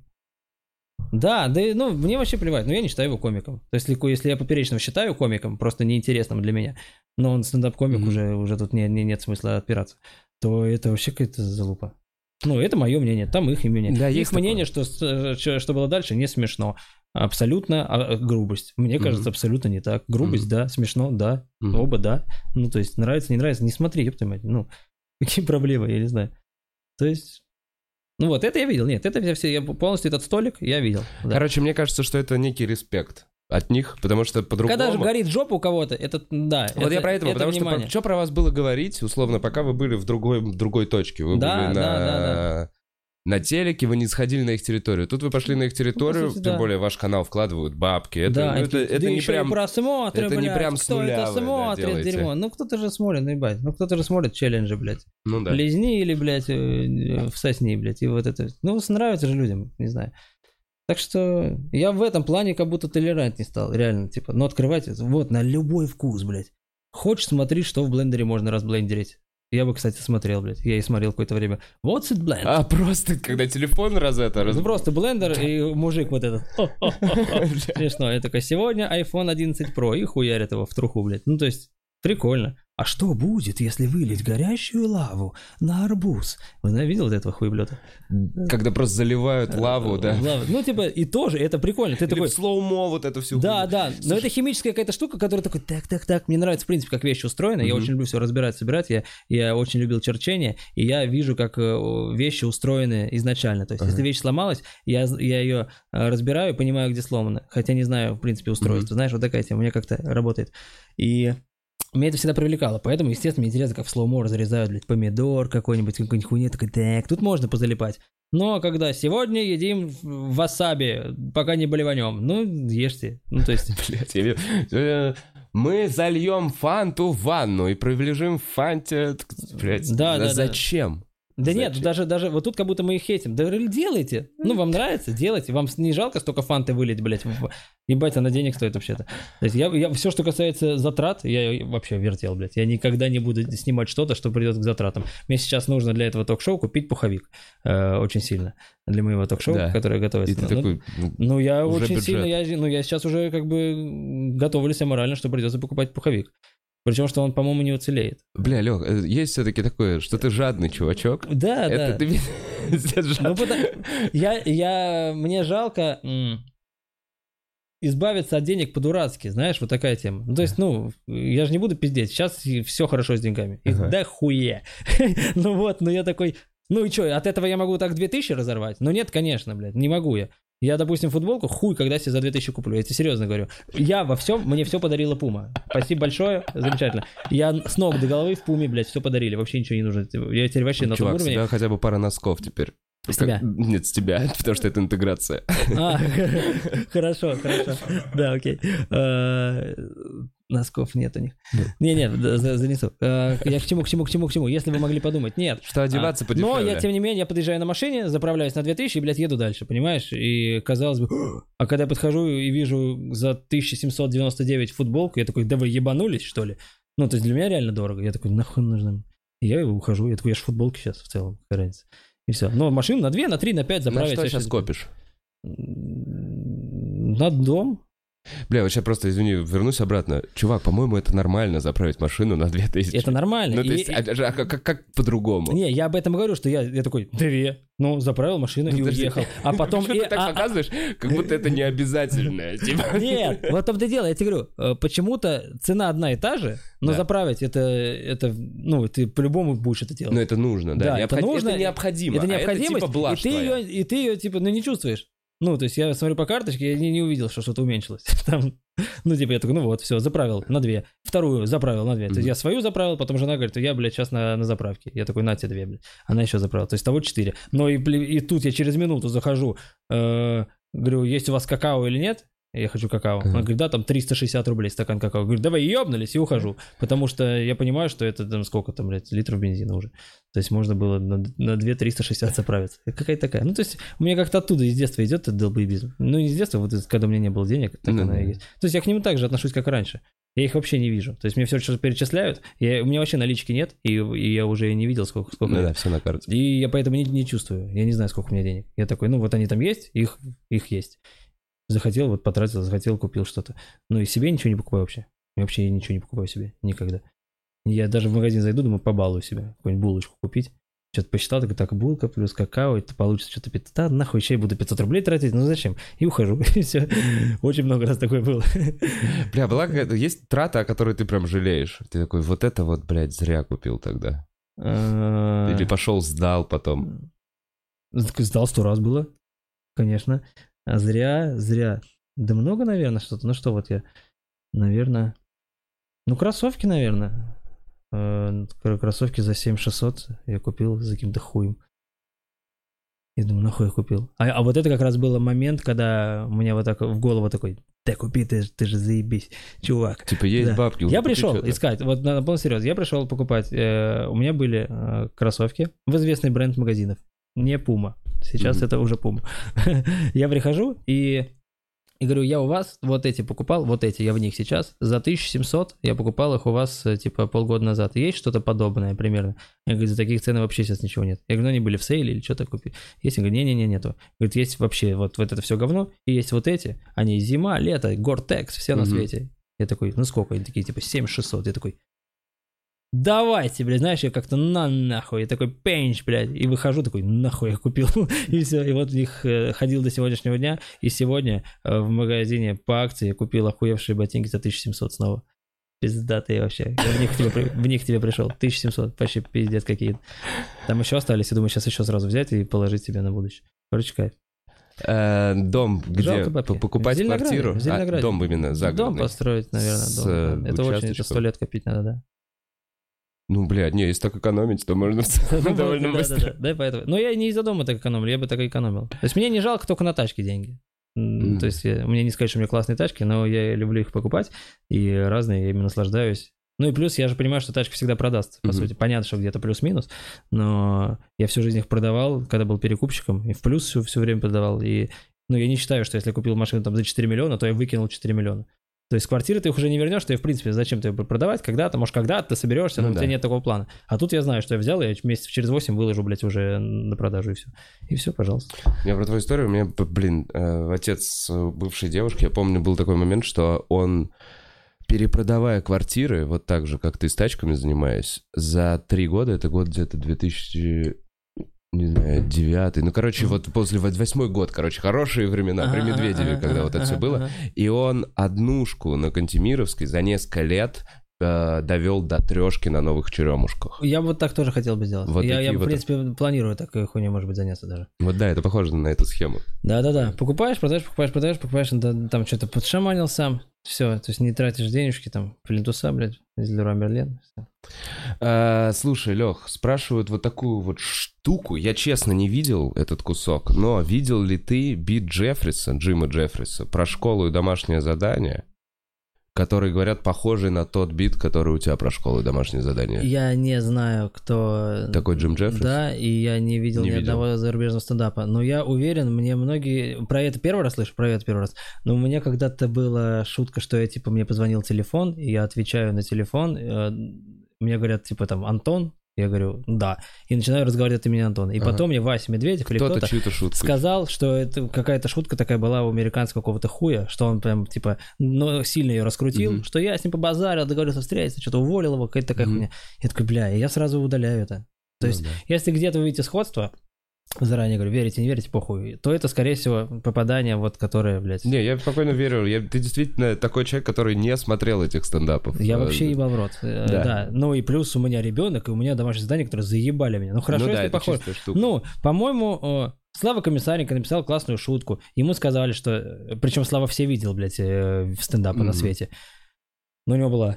Да, да, ну, мне вообще плевать, но я не считаю его комиком. То есть, если я Поперечного считаю комиком, просто неинтересным для меня, но он стендап-комик, mm-hmm. уже, уже тут не, не, нет смысла отпираться, то это вообще какая-то залупа. Ну, это мое мнение, там их мнение. Да, их мнение, что, что было дальше, не смешно. Абсолютно а, грубость. Мне mm-hmm. кажется, абсолютно не так. Грубость, mm-hmm. да, смешно, да, mm-hmm. оба, да. Ну, то есть, нравится, не нравится, не смотри, ёпта мать. Ну, какие проблемы, я не знаю. То есть... Ну вот, это я видел, нет, это все, я полностью этот столик я видел. Да. Короче, мне кажется, что это некий респект от них, потому что по-другому... Когда же горит жопа у кого-то, это, да, Вот это, я про это, это потому внимание. что про, что про вас было говорить, условно, пока вы были в другой, в другой точке, вы да, были да, на... Да, да. на телеке, вы не сходили на их территорию. Тут вы пошли на их территорию, ну, сути, тем да. более ваш канал вкладывают бабки. Это, да, ну, это, это, это не прям... просмотры, это блядь, не прям с кто нуля это смотрит, вы, да, дерьмо. Ну, кто-то же смотрит, ну, ебать. Ну, кто-то же смотрит челленджи, блядь. Ну, да. Лизни или, блядь, всосни, блядь. И вот это... Ну, нравится же людям, не знаю. Так что я в этом плане как будто толерантней стал, реально, типа, ну, открывать вот на любой вкус, блядь. Хочешь, смотри, что в блендере можно разблендерить. Я бы, кстати, смотрел, блядь. Я и смотрел какое-то время. What's it blend? А, просто когда телефон раз это... Раз... Ну, просто блендер и мужик вот этот. Смешно. Я такой, сегодня айфон одиннадцать про. И хуярит его в труху, блядь. Ну, то есть, прикольно. а что будет, если вылить горящую лаву на арбуз? Вы знаете, видел вот этого хуеблета? Когда просто заливают лаву, да? Лаву. Ну, типа, и тоже, это прикольно. Ты Или такой... в слоумо вот эту всю... Да, да, но Слушай... это химическая какая-то штука, которая такой, так-так-так. Мне нравится, в принципе, как вещи устроены. Mm-hmm. Я очень люблю все разбирать, собирать. Я, я очень любил черчение, и я вижу, как вещи устроены изначально. То есть, uh-huh. если вещь сломалась, я, я ее разбираю, понимаю, где сломано. Хотя не знаю, в принципе, устройство. Mm-hmm. Знаешь, вот такая тема у меня как-то работает. И... Меня это всегда привлекало, поэтому, естественно, мне интересно, как в слоумо разрезают, блядь, помидор какой-нибудь, какой-нибудь хуйня, такой, так, тут можно позалипать. Но когда сегодня едим васаби, пока не болеванем, ну, ешьте. Ну, то есть... Блядь, я... Мы зальем фанту в ванну и приближим в фанте... Блядь, да, да, зачем? Да. Да Зачем? Нет, даже, даже вот тут как будто мы их хейтим. Да делайте. Ну, вам нравится, делайте. Вам не жалко столько фанты вылить, блядь. Ебать, она денег стоит вообще-то. То есть я, я все, что касается затрат, я вообще вертел, блядь. Я никогда не буду снимать что-то, что придет к затратам. Мне сейчас нужно для этого ток-шоу купить пуховик. Э, очень сильно. Для моего ток-шоу, да. которое готовится. И ты ну, такой, ну, ну, я очень бюджет. сильно... Я, ну, я сейчас уже как бы готовлюсь морально, что придется покупать пуховик. Причем, что он, по-моему, не уцелеет. Бля, Лёх, есть все-таки такое, что ты жадный чувачок. Да, это да. Ты ну, потому... я, я... Мне жалко м- избавиться от денег по-дурацки, знаешь, вот такая тема. Ну, то есть, ну, я же не буду пиздеть. Сейчас все хорошо с деньгами. Их ага. да хуе. ну вот, ну я такой... Ну и что, от этого я могу так две тысячи разорвать? Ну нет, конечно, блядь, не могу я. Я, допустим, футболку хуй, когда себе за две тысячи куплю. Я тебе серьезно говорю. Я во всем, мне все подарила Пума. Спасибо большое, замечательно. Я с ног до головы в Пуме, блядь, все подарили. Вообще ничего не нужно. Я теперь вообще на том уровне. Чувак, с тебя хотя бы пара носков теперь. С тебя? Нет, с тебя, потому что это интеграция. А, хорошо, хорошо. Да, окей. Носков нет у них. Не, нет, занесу. Я к чему, к чему, к чему, к чему? Если вы могли подумать, нет. Что одеваться подешевле. Но я, тем не менее, я подъезжаю на машине, заправляюсь на две тысячи и, блядь, еду дальше, понимаешь? И, казалось бы, а когда я подхожу и вижу за тысяча семьсот девяносто девять футболку, я такой, да вы ебанулись, что ли? Ну, то есть для меня реально дорого. Я такой, нахуй нужно? И я ухожу, я такой, я же в футболке сейчас в целом, какая разница. И все. Но машину на две, на три, на пять заправить. На что сейчас копишь? На дом. Бля, вот сейчас просто, извини, вернусь обратно. Чувак, по-моему, это нормально заправить машину на две тысячи. Это нормально. Ну, то есть, и... а, а как, как по-другому? Не, я об этом говорю, что я, я такой, две. Ну, заправил машину и уехал. А потом... Ты так показываешь, как будто это не обязательно. Нет, вот в том-то дело, я тебе говорю, почему-то цена одна и та же, но заправить это, это, ну, ты по-любому будешь это делать. Ну, это нужно, да. Это нужно. Это необходимо. Это необходимость, и ты ее, и ты ее, типа, ну, не чувствуешь. Ну, то есть я смотрю по карточке, я не, не увидел, что что-то уменьшилось. Там, ну, типа, я такой, ну вот, все, заправил на две. Вторую заправил на две. То есть я свою заправил, потом жена говорит, я, блядь, сейчас на, на заправке. Я такой, на тебе две, блядь. Она еще заправила. То есть того четыре. Но и, и тут я через минуту захожу, э, говорю, есть у вас какао или нет? Я хочу какао. Uh-huh. Она говорит, да, там триста шестьдесят рублей стакан какао. Говорю, давай, ёбнулись, и ухожу. Потому что я понимаю, что это там сколько там, блядь, литров бензина уже. То есть можно было на, на две триста шестьдесят заправиться. Какая-то такая. Ну, то есть у меня как-то оттуда из детства идет этот долбоебизм. Ну, не из детства, вот когда у меня не было денег, так uh-huh. она и есть. То есть я к нему так же отношусь, как и раньше. Я их вообще не вижу. То есть мне все что перечисляют, я, у меня вообще налички нет, и, и я уже не видел, сколько... сколько ну да, все на карте. И я поэтому не, не чувствую. Я не знаю, сколько у меня денег. Я такой, ну, вот они там есть, их, их есть. Захотел, вот потратил, захотел, купил что-то. Ну и себе ничего не покупаю вообще. Я вообще ничего не покупаю себе. Никогда. Я даже в магазин зайду, думаю, побалую себя. Какую-нибудь булочку купить. Что-то посчитал, так, так, булка плюс какао, это получится что-то пятьсот. Да, нахуй, еще я буду пятьсот рублей тратить, ну зачем? И ухожу, и все. Очень много раз такое было. Бля, была какая-то... Есть трата, о которой ты прям жалеешь? Ты такой, вот это вот, блядь, зря купил тогда. Или пошел, сдал потом. Сдал сто раз было, конечно. А зря, зря. Да много, наверное, что-то. Ну что, вот я, наверное... Ну, кроссовки, наверное. Кроссовки за семь тысяч шестьсот я купил за каким-то хуем. Я думаю, нахуй я купил. А, а вот это как раз был момент, когда у меня вот так в голову такой, да купи, ты, ты же заебись, чувак. Типа есть да. бабки. Я пришел искать, вот на, на полном серьезе, я пришел покупать, э, у меня были э, кроссовки в известный бренд магазинов, не Puma. Сейчас mm-hmm. это уже Puma. Я прихожу и, и говорю, я у вас вот эти покупал, вот эти, я в них сейчас, за тысячу семьсот я покупал их у вас типа полгода назад. Есть что-то подобное примерно? Я говорю, за таких цен вообще сейчас ничего нет. Я говорю, ну они были в сейле или что-то купили. Есть? Я говорю, не-не-не, нету. Говорит, есть вообще вот, вот это все говно, и есть вот эти, они зима, лето, Gore-Tex, все mm-hmm. на свете. Я такой, ну сколько? Они такие, типа семь тысяч шестьсот. Я такой, давайте, блядь, знаешь, я как-то на нахуй, я такой пенч, блядь, и выхожу такой, нахуй я купил, и все, и вот в них ходил до сегодняшнего дня, и сегодня в магазине по акции я купил охуевшие ботинки за тысячу семьсот снова. Пиздатые вообще. Я в них к тебе, в них к тебе пришел. тысяча семьсот, почти пиздец какие-то. Там еще остались, я думаю, сейчас еще сразу взять и положить себе на будущее. Короче, кайф. Э, дом, где покупать квартиру? А, дом именно, загородный. Дом построить, наверное, дом. Это очень, это сто лет копить надо, да. Ну, блядь, не, если так экономить, то можно в целом довольно быстро. Да, поэтому. Но я не из-за дома так экономлю, я бы так и экономил. То есть мне не жалко только на тачке деньги. Mm. То есть я, мне не сказать, что у меня классные тачки, но я люблю их покупать, и разные, я ими наслаждаюсь. Ну и плюс я же понимаю, что тачка всегда продастся, по mm-hmm. сути. Понятно, что где-то плюс-минус, но я всю жизнь их продавал, когда был перекупщиком, и в плюс все, все время продавал. И, ну, я не считаю, что если я купил машину там за четыре миллиона, то я выкинул четыре миллиона. То есть квартиры ты их уже не вернешь, ты, в принципе, зачем ты ее продавать когда-то, может, когда-то ты соберешься, но ну, у тебя да. нет такого плана. А тут я знаю, что я взял, я месяцев через восемь выложу, блядь, уже на продажу, и все. И все, пожалуйста. Я про твою историю, у меня, блин, отец бывшей девушки, я помню, был такой момент, что он, перепродавая квартиры, вот так же, как ты с тачками занимаясь, за три года, это год где-то две тысячи... не знаю, девятый, ну, короче, вот после восьмой год, короче, хорошие времена, при Медведеве, когда вот это все было, и он однушку на Кантемировской за несколько лет э, довел до трешки на Новых Черемушках. Я вот так тоже хотел бы сделать. Вот я, я вот в принципе, это... планирую такой хуйней, может быть, заняться даже. Вот да, это похоже на эту схему. Да-да-да, покупаешь, продаешь, покупаешь, продаешь, покупаешь, да, там что-то подшаманил сам, все, то есть не тратишь денежки, там, плинтуса, блядь, из Леруа Мерлен. А, слушай, Лех, спрашивают вот такую вот штуку. Я честно не видел этот кусок, но видел ли ты бит Джеффриса, Джима Джеффриса, про школу и домашнее задание, которые, говорят, похожий на тот бит, который у тебя про школу и домашнее задание? Я не знаю, кто... Такой Джим Джеффрис? Да, и я не видел не ни видел. одного зарубежного стендапа. Но я уверен, мне многие... Про это первый раз слышу, про это первый раз. Но у меня когда-то была шутка, что я, типа, мне позвонил телефон, и я отвечаю на телефон, мне говорят, типа, там, Антон, я говорю, да. И начинаю разговаривать от имени Антона. И ага. потом мне Вася Медведев или кто-то, кто-то сказал, что это какая-то шутка такая была у американского какого-то хуя, что он прям, типа, ну, сильно ее раскрутил, mm-hmm. что я с ним побазарил, договорился встретиться, что-то уволил его, какая-то такая mm-hmm. хуйня. Я такой, бля, и я сразу удаляю это. То ну, есть, да. если где-то вы видите сходство, заранее говорю, верите, не верите, похуй, то это, скорее всего, попадание, вот, которое, блядь... Не, я спокойно верю. Я, ты действительно такой человек, который не смотрел этих стендапов. Я вообще ебал в рот. Да. да. Ну и плюс у меня ребенок, и у меня домашнее задание, которые заебали меня. Ну хорошо, ну, если да, похоже. Ну, по-моему, Слава Комиссаренко написал классную шутку. Ему сказали, что... Причем Слава все видел, блядь, в стендапе mm-hmm. на свете. Но у него была...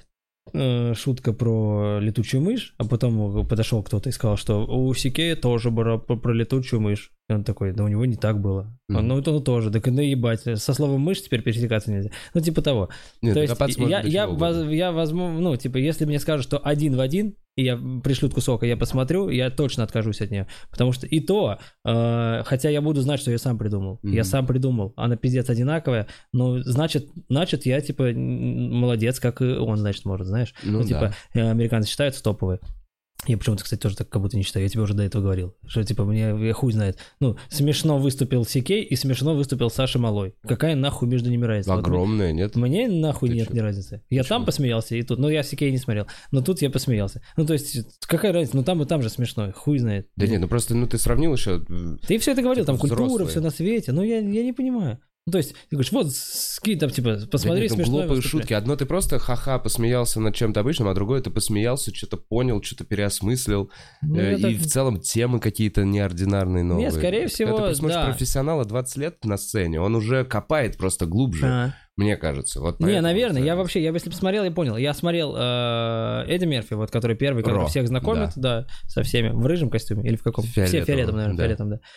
шутка про летучую мышь, а потом подошел кто-то и сказал, что у Сикея тоже было про, про летучую мышь. И он такой, да у него не так было. Mm-hmm. Ну, это он тоже, так наебать. Со словом мышь теперь пересекаться нельзя. Ну, типа того. Нет, то есть я, я, воз, я возьму, ну, типа, если мне скажут, что один в один, и я пришлют кусок, и я посмотрю, я точно откажусь от нее. Потому что и то, э, хотя я буду знать, что я сам придумал. Mm-hmm. Я сам придумал. Она пиздец одинаковая, но значит, значит, я, типа, молодец, как и он, значит, может, знаешь. Ну, ну типа, да. Американцы считаются топовые. Я почему-то, кстати, тоже так как будто не считаю. Я тебе уже до этого говорил. Что, типа, мне я хуй знает. Ну, смешно выступил Сикей и смешно выступил Саша Малой. Какая нахуй между ними разница? Огромная, вот, нет? Мне нахуй Ты нет ни разницы. Я Почему? Там посмеялся и тут. Ну, я Сикей не смотрел. Но тут я посмеялся. Ну, то есть, какая разница? Ну, там и там же смешно. Хуй знает. Да нет, ну просто, ну, ты сравнил еще... Ты все это говорил. Типа, там культура, взрослые. Все на свете. Ну, я, я не понимаю. Ну, то есть, ты говоришь, вот, скинь там, типа, посмотри, да нет, ну, смешное глупые шутки. Одно ты просто ха-ха посмеялся над чем-то обычным, а другое ты посмеялся, что-то понял, что-то переосмыслил. Ну, э, это... И в целом темы какие-то неординарные новые. Нет, скорее всего, Когда ты посмотришь да. профессионала двадцать лет на сцене, он уже копает просто глубже, а. мне кажется. Вот не, наверное, я вообще, я если посмотрел, я понял. Я смотрел э, Эдди Мерфи, вот, который первый, который Ро, всех знакомит, да. да, со всеми, в рыжем костюме или в каком? Все фиолетовым, наверное, да. фиолетовым, да.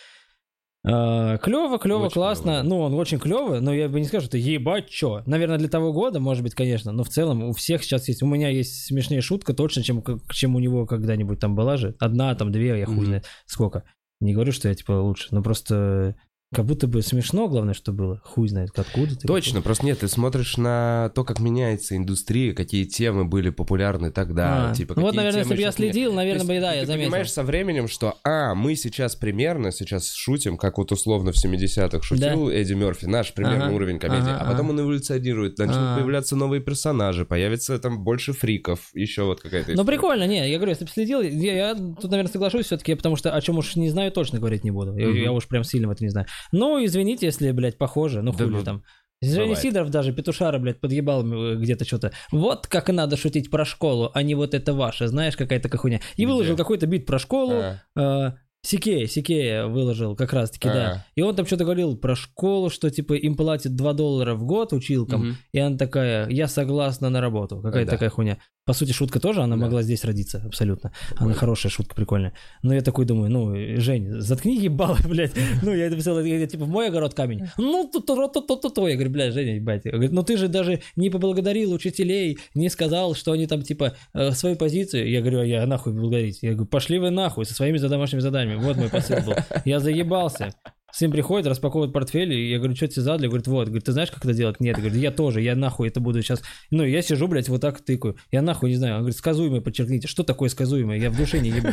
Uh, клево, клево, очень классно. Клево. Ну, он очень клевый, но я бы не скажу, что ебать, чё. Наверное, для того года, может быть, конечно, но в целом у всех сейчас есть. У меня есть смешнее шутка точно, чем, чем у него когда-нибудь там была же. Одна, там, две, я хуй mm-hmm. знает сколько. Не говорю, что я, типа, лучше, но просто Как будто бы смешно, главное, что было. Хуй знает, откуда ты. Точно, какой. Просто нет, ты смотришь на то, как меняется индустрия, какие темы были популярны тогда. А, типа, ну вот, наверное, если бы я сейчас... следил, наверное, бы, да, я ты заметил. Ты понимаешь со временем, что, а, мы сейчас примерно, сейчас шутим, как вот условно в семидесятых шутил да. Эдди Мерфи, наш примерный ага. уровень комедии, ага, а потом ага. он эволюционирует, начнут ага. появляться новые персонажи, появится там больше фриков, еще вот какая-то история. Ну прикольно, не, я говорю, если бы следил, я, я тут, наверное, соглашусь все-таки, потому что о чем уж не знаю, точно говорить не буду. Я, mm-hmm. я уж прям сильно в это не знаю. Ну, извините, если, блядь, похоже, ну, да, хули ну, там. Женя Сидоров даже петушара, блядь, подъебал где-то что-то. Вот как надо шутить про школу, а не вот это ваше, знаешь, какая-то такая хуйня. И выложил Где? какой-то бит про школу, э, Сикея, Сикея выложил как раз-таки, А-а-а. да. И он там что-то говорил про школу, что типа им платят два доллара в год училкам, угу. и она такая, я согласна на работу. Какая-то да. такая хуйня. По сути, шутка тоже, она да. могла здесь родиться, абсолютно. Она Ой. хорошая шутка, прикольная. Но я такой думаю, ну, Жень, заткни ебало, блядь. Ну, я это писал, типа, в мой огород камень. Ну, то-то-то-то-то. Я говорю, блядь, Женя, ебать. Говорит, ну ты же даже не поблагодарил учителей, не сказал, что они там, типа, свою позицию. Я говорю, а я нахуй благодарить. Я говорю, пошли вы нахуй со своими домашними заданиями. Вот мой посыл был. Я заебался. Сын приходит, распаковывает портфель, и я говорю, что тебе задали? Говорит, вот. Говорит, ты знаешь, как это делать? Нет. Я говорю, я тоже, я нахуй это буду сейчас... Ну, я сижу, блядь, вот так тыкаю. Я нахуй не знаю. Он говорит, сказуемое подчеркните. Что такое сказуемое? Я в душе не ебу.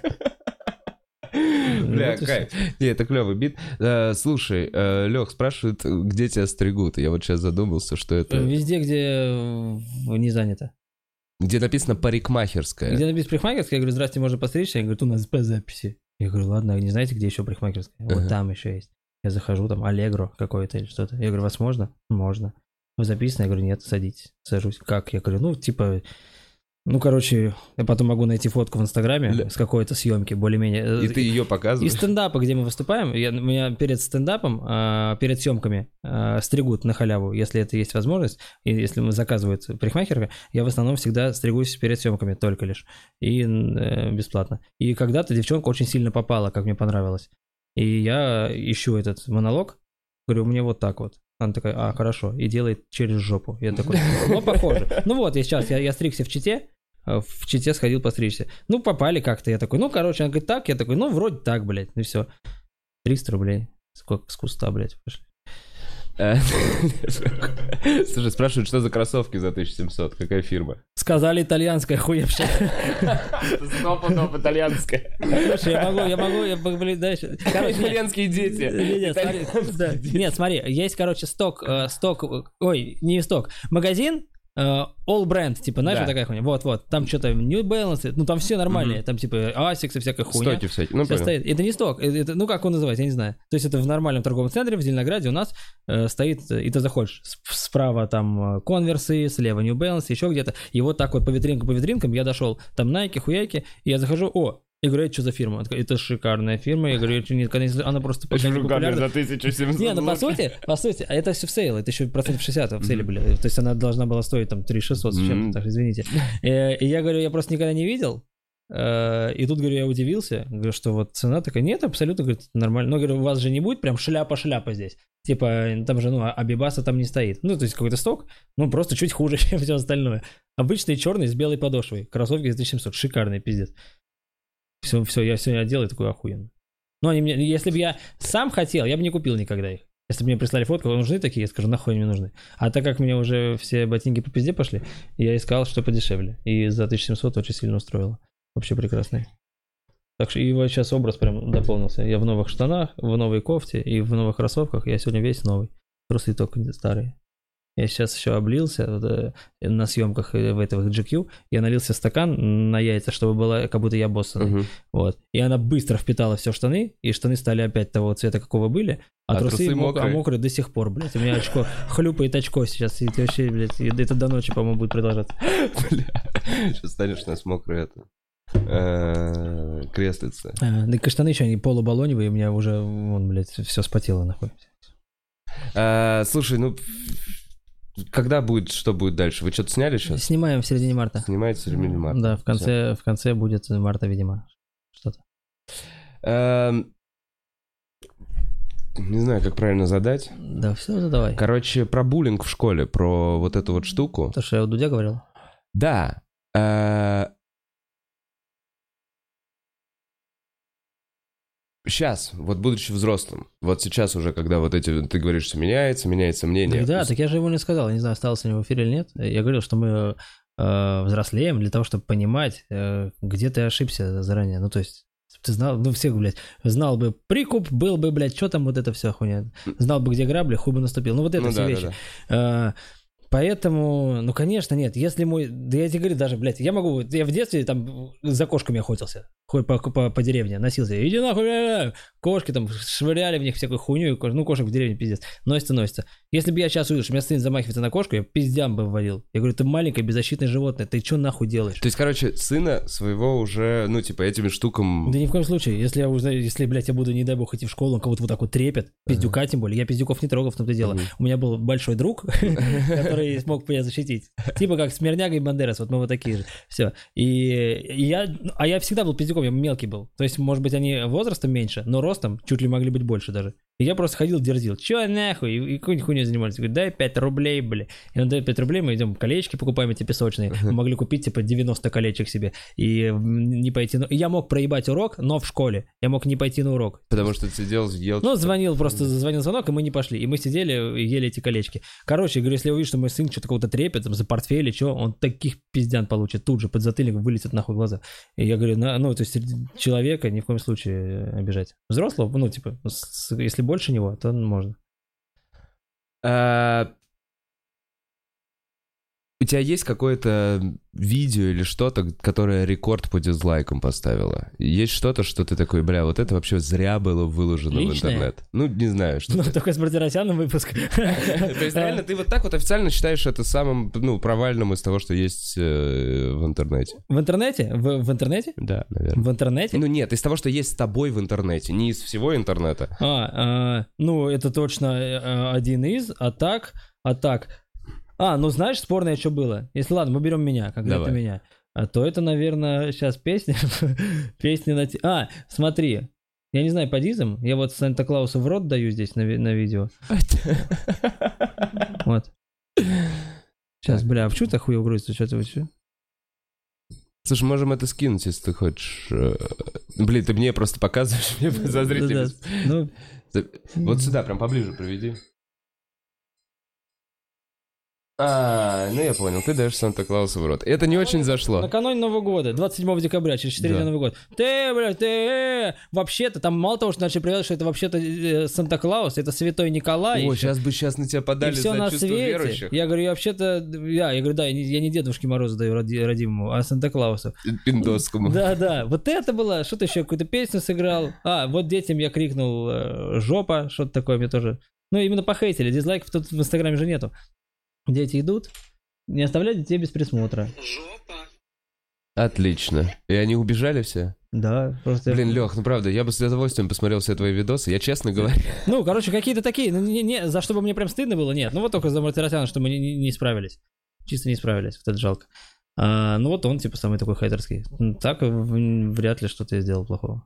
Бля, кайф. Не, это клевый бит. Слушай, Лех спрашивает, где тебя стригут? Я вот сейчас задумался, что это... Везде, где не занято. Где написано парикмахерская. Где написано парикмахерская, я говорю, здрасте, можно постричься? Я говорю, у нас по записи. Я говорю, ладно, не знаете, где еще парикмахерская? Вот uh-huh. там еще есть. Я захожу, там, Аллегро какое-то или что-то. Я говорю, вас можно? Можно. Вы записаны? Я говорю, нет, садитесь. Сажусь. Как? Я говорю, ну, типа... Ну, короче, я потом могу найти фотку в Инстаграме Л... с какой-то съемки, более-менее. И ты ее показываешь? Из стендапа, где мы выступаем, я, меня перед стендапом, э, перед съемками э, стригут на халяву, если это есть возможность, и если заказывают парикмахерка, я в основном всегда стригусь перед съемками только лишь, и э, бесплатно. И когда-то девчонка очень сильно попала, как мне понравилось. И я ищу этот монолог, говорю, мне вот так вот. Она такая, а, хорошо, и делает через жопу. Я такой, ну, похоже. Ну вот, я сейчас, я, я стригся в Чите, в Чите сходил постричься. Ну, попали как-то, я такой, ну, короче, она говорит, так, я такой, ну, вроде так, блядь, ну, все. триста рублей, сколько с куста, блядь, пошли. Слушай, спрашивают, что за кроссовки за тысяча семьсот, какая фирма? Сказали, итальянская хуевшая. Стопудов итальянская. Слушай, я могу, я могу, я, блин, дальше. Итальянские дети. Нет, смотри, нет, смотри, есть, короче, сток, сток, ой, не сток, магазин, All Brand, типа, знаешь, да. вот такая хуйня. Вот-вот, там что-то New Balance, ну там все нормальные, mm-hmm. там типа Asics и всякая хуйня. Стоки всякие, ну понял. Стоит. Это не сток, это, ну как он называется, я не знаю. То есть это в нормальном торговом центре в Зеленограде у нас э, стоит, и ты заходишь, справа там Конверсы, слева New Balance, еще где-то. И вот так вот по витринкам, по витринкам я дошел, там Nike, хуяки, и я захожу, о, я говорю, это что за фирма? Это шикарная фирма. Я говорю, она просто пока не популярна. За тысячу семьсот. Не, ну по сути, по сути, а это все в сейл, это еще процентов шестьдесят в сейле были. То есть она должна была стоить там три тысячи шестьсот с чем-то, так извините. И я говорю, я просто никогда не видел. И тут, говорю, я удивился, говорю, что вот цена такая, нет, абсолютно, говорит, нормально. Но, говорю, у вас же не будет прям шляпа-шляпа здесь. Типа, там же, ну, Абибаса там не стоит. Ну, то есть какой-то сток, ну, просто чуть хуже, чем все остальное. Обычный черный с белой подошвой. Кроссовки за тысяча семьсот, шикарный, пиздец. Все, все, я сегодня одел и такой охуенно. Ну, они мне, если бы я сам хотел, я бы не купил никогда их. Если бы мне прислали фотку, нужны такие, я скажу, нахуй мне нужны. А так как мне уже все ботинки по пизде пошли, я искал, что подешевле. И за тысяча семьсот очень сильно устроило. Вообще прекрасный. Так что и вот сейчас образ прям дополнился. Я в новых штанах, в новой кофте и в новых кроссовках. Я сегодня весь новый. Трусы только старые. Я сейчас еще облился на съемках в этого джи кью. Я налился стакан на яйца, чтобы было, как будто я боссаный. Uh-huh. Вот. И она быстро впитала все в штаны, и штаны стали опять того цвета, какого были, а, а трусы, трусы мок- мокрые. А мокрые до сих пор, блядь. У меня очко хлюпает очко сейчас. И это вообще, блядь, это до ночи, по-моему, будет продолжаться. Бля. Сейчас станешь у нас мокрый это. Креслица. Да и штаны еще они полубаллоневые, у меня уже, вон, блядь, все спотело, нахуй. Слушай, ну... Когда будет, что будет дальше? Вы что-то сняли сейчас? Снимаем в середине марта. Снимаете в середине марта. Да, в конце, в конце будет марта, видимо, что-то. Эм... Не знаю, как правильно задать. Да, все, задавай. Короче, про буллинг в школе, про вот эту вот штуку. То, что я у Дудя говорил? Да. Э... сейчас, вот будучи взрослым, вот сейчас уже, когда вот эти, ты говоришь, что меняется, меняется мнение. Да, так я же его не сказал, я не знаю, остался ли в эфире или нет. Я говорил, что мы э, взрослеем для того, чтобы понимать, э, где ты ошибся заранее. Ну, то есть, ты знал, ну, всех, блядь, знал бы прикуп, был бы, блядь, что там вот это все хуйня. Знал бы, где грабли, хуй бы наступил. Ну, вот это ну, все да, вещи. Да, да. Поэтому, ну, конечно, нет. Если мой... Да я тебе говорю, даже, блядь, я могу... Я в детстве там за кошками охотился. Ходил по, по, по деревне, носился. Иди нахуй, бля! Кошки там швыряли в них всякую хуйню. Ну, кошек в деревне пиздец. Носится, носится. Если бы я сейчас увидел, что у меня сын замахивается на кошку, я пиздям бы вводил. Я говорю, ты маленькое беззащитное животное, ты что нахуй делаешь? То есть, короче, сына своего уже, ну, типа, этими штукам... Да ни в коем случае. Если я узнаю, если, блядь, я буду, не дай бог, идти в школу, он кого-то вот так вот трепет, пиздюка тем более. Я пиздюков не трогал, в том-то дело. У меня был большой друг, который смог меня защитить. Типа как Смирняга и Бандерас, вот мы вот такие же. Все. И я... А я всегда был пиздюком, я мелкий был. То есть, может быть, они возрастом меньше, но ростом чуть ли могли быть больше даже. И я просто ходил, дерзил. Чё нахуй? И, и какой-нибудь хуйней занимались. Говорит, дай пять рублей, бля. И он дает пять рублей, мы идем колечки покупаем эти песочные. Мы могли купить, типа, девяносто колечек себе. И не пойти... На... Я мог проебать урок, но в школе. Я мог не пойти на урок. Потому что ты сидел, ел... Ну, звонил, просто звонил звонок, и мы не пошли. И мы сидели и ели эти колечки. Короче, я говорю, если я увижу, что мой сын что-то кого-то трепет, там, за портфель или что, он таких пиздян получит тут же, под затыльник вылетит нахуй глаза. И я говорю, на, ну, то есть человека ни в коем случае обижать. Взрослого, ну, типа, с, если больше него, то можно. А... У тебя есть какое-то видео или что-то, которое рекорд по дизлайкам поставило? Есть что-то, что ты такой, бля, вот это вообще зря было выложено в интернет? Ну, не знаю, что. Ну, только с Мартиросяном выпуск. То есть реально ты вот так вот официально считаешь это самым, ну, провальным из того, что есть в интернете? В интернете? В интернете? Да, наверное. В интернете? Ну нет, из того, что есть с тобой в интернете, не из всего интернета. А, ну, это точно один из, а так, а так... А, ну знаешь, спорное что было? Если ладно, мы берем меня, конкретно меня. А то это, наверное, сейчас песня. Песня на... А, смотри. Я не знаю по дизам. Я вот Санта-Клаусу в рот даю здесь на, на видео. Вот. Сейчас, бля, а почему так хуёво грузится? Что-то вы что? Слушай, можем это скинуть, если ты хочешь. Блин, ты мне просто показываешь, мне за зрителей. Ну... Вот сюда, прям поближе проведи. А, ну я понял, ты даешь Санта-Клаусу в рот. Это не очень зашло. Накануне Нового года, двадцать седьмого декабря, через четыре дня Новый год. Ты, блядь, ты, э, вообще-то, там мало того, что начали проверять, что это вообще-то э, Санта-Клаус, это Святой Николай. О, сейчас бы сейчас на тебя подали за чувство свете. Верующих. Я говорю, вообще-то, я, я говорю, да, я не, я не Дедушке Морозу даю родимому, а Санта-Клаусу. Пиндосскому. Да, да, вот это было, что-то еще, какую-то песню сыграл. А, вот детям я крикнул э, жопа, что-то такое мне тоже. Ну, именно похейтили, дизлайков тут в Инстаграме же нету. Дети идут, не оставлять детей без присмотра. Жопа. Отлично. И они убежали все? Да, просто... Блин, Лех, ну правда, я бы с удовольствием посмотрел все твои видосы, я честно говорю. Ну, короче, какие-то такие, ну, не, не, за что бы мне прям стыдно было, нет. Ну, вот только за Мартиросяна, что мы не, не, не справились. Чисто не справились, вот это жалко. А, ну, вот он, типа, самый такой хейтерский. Так вряд ли что-то я сделал плохого.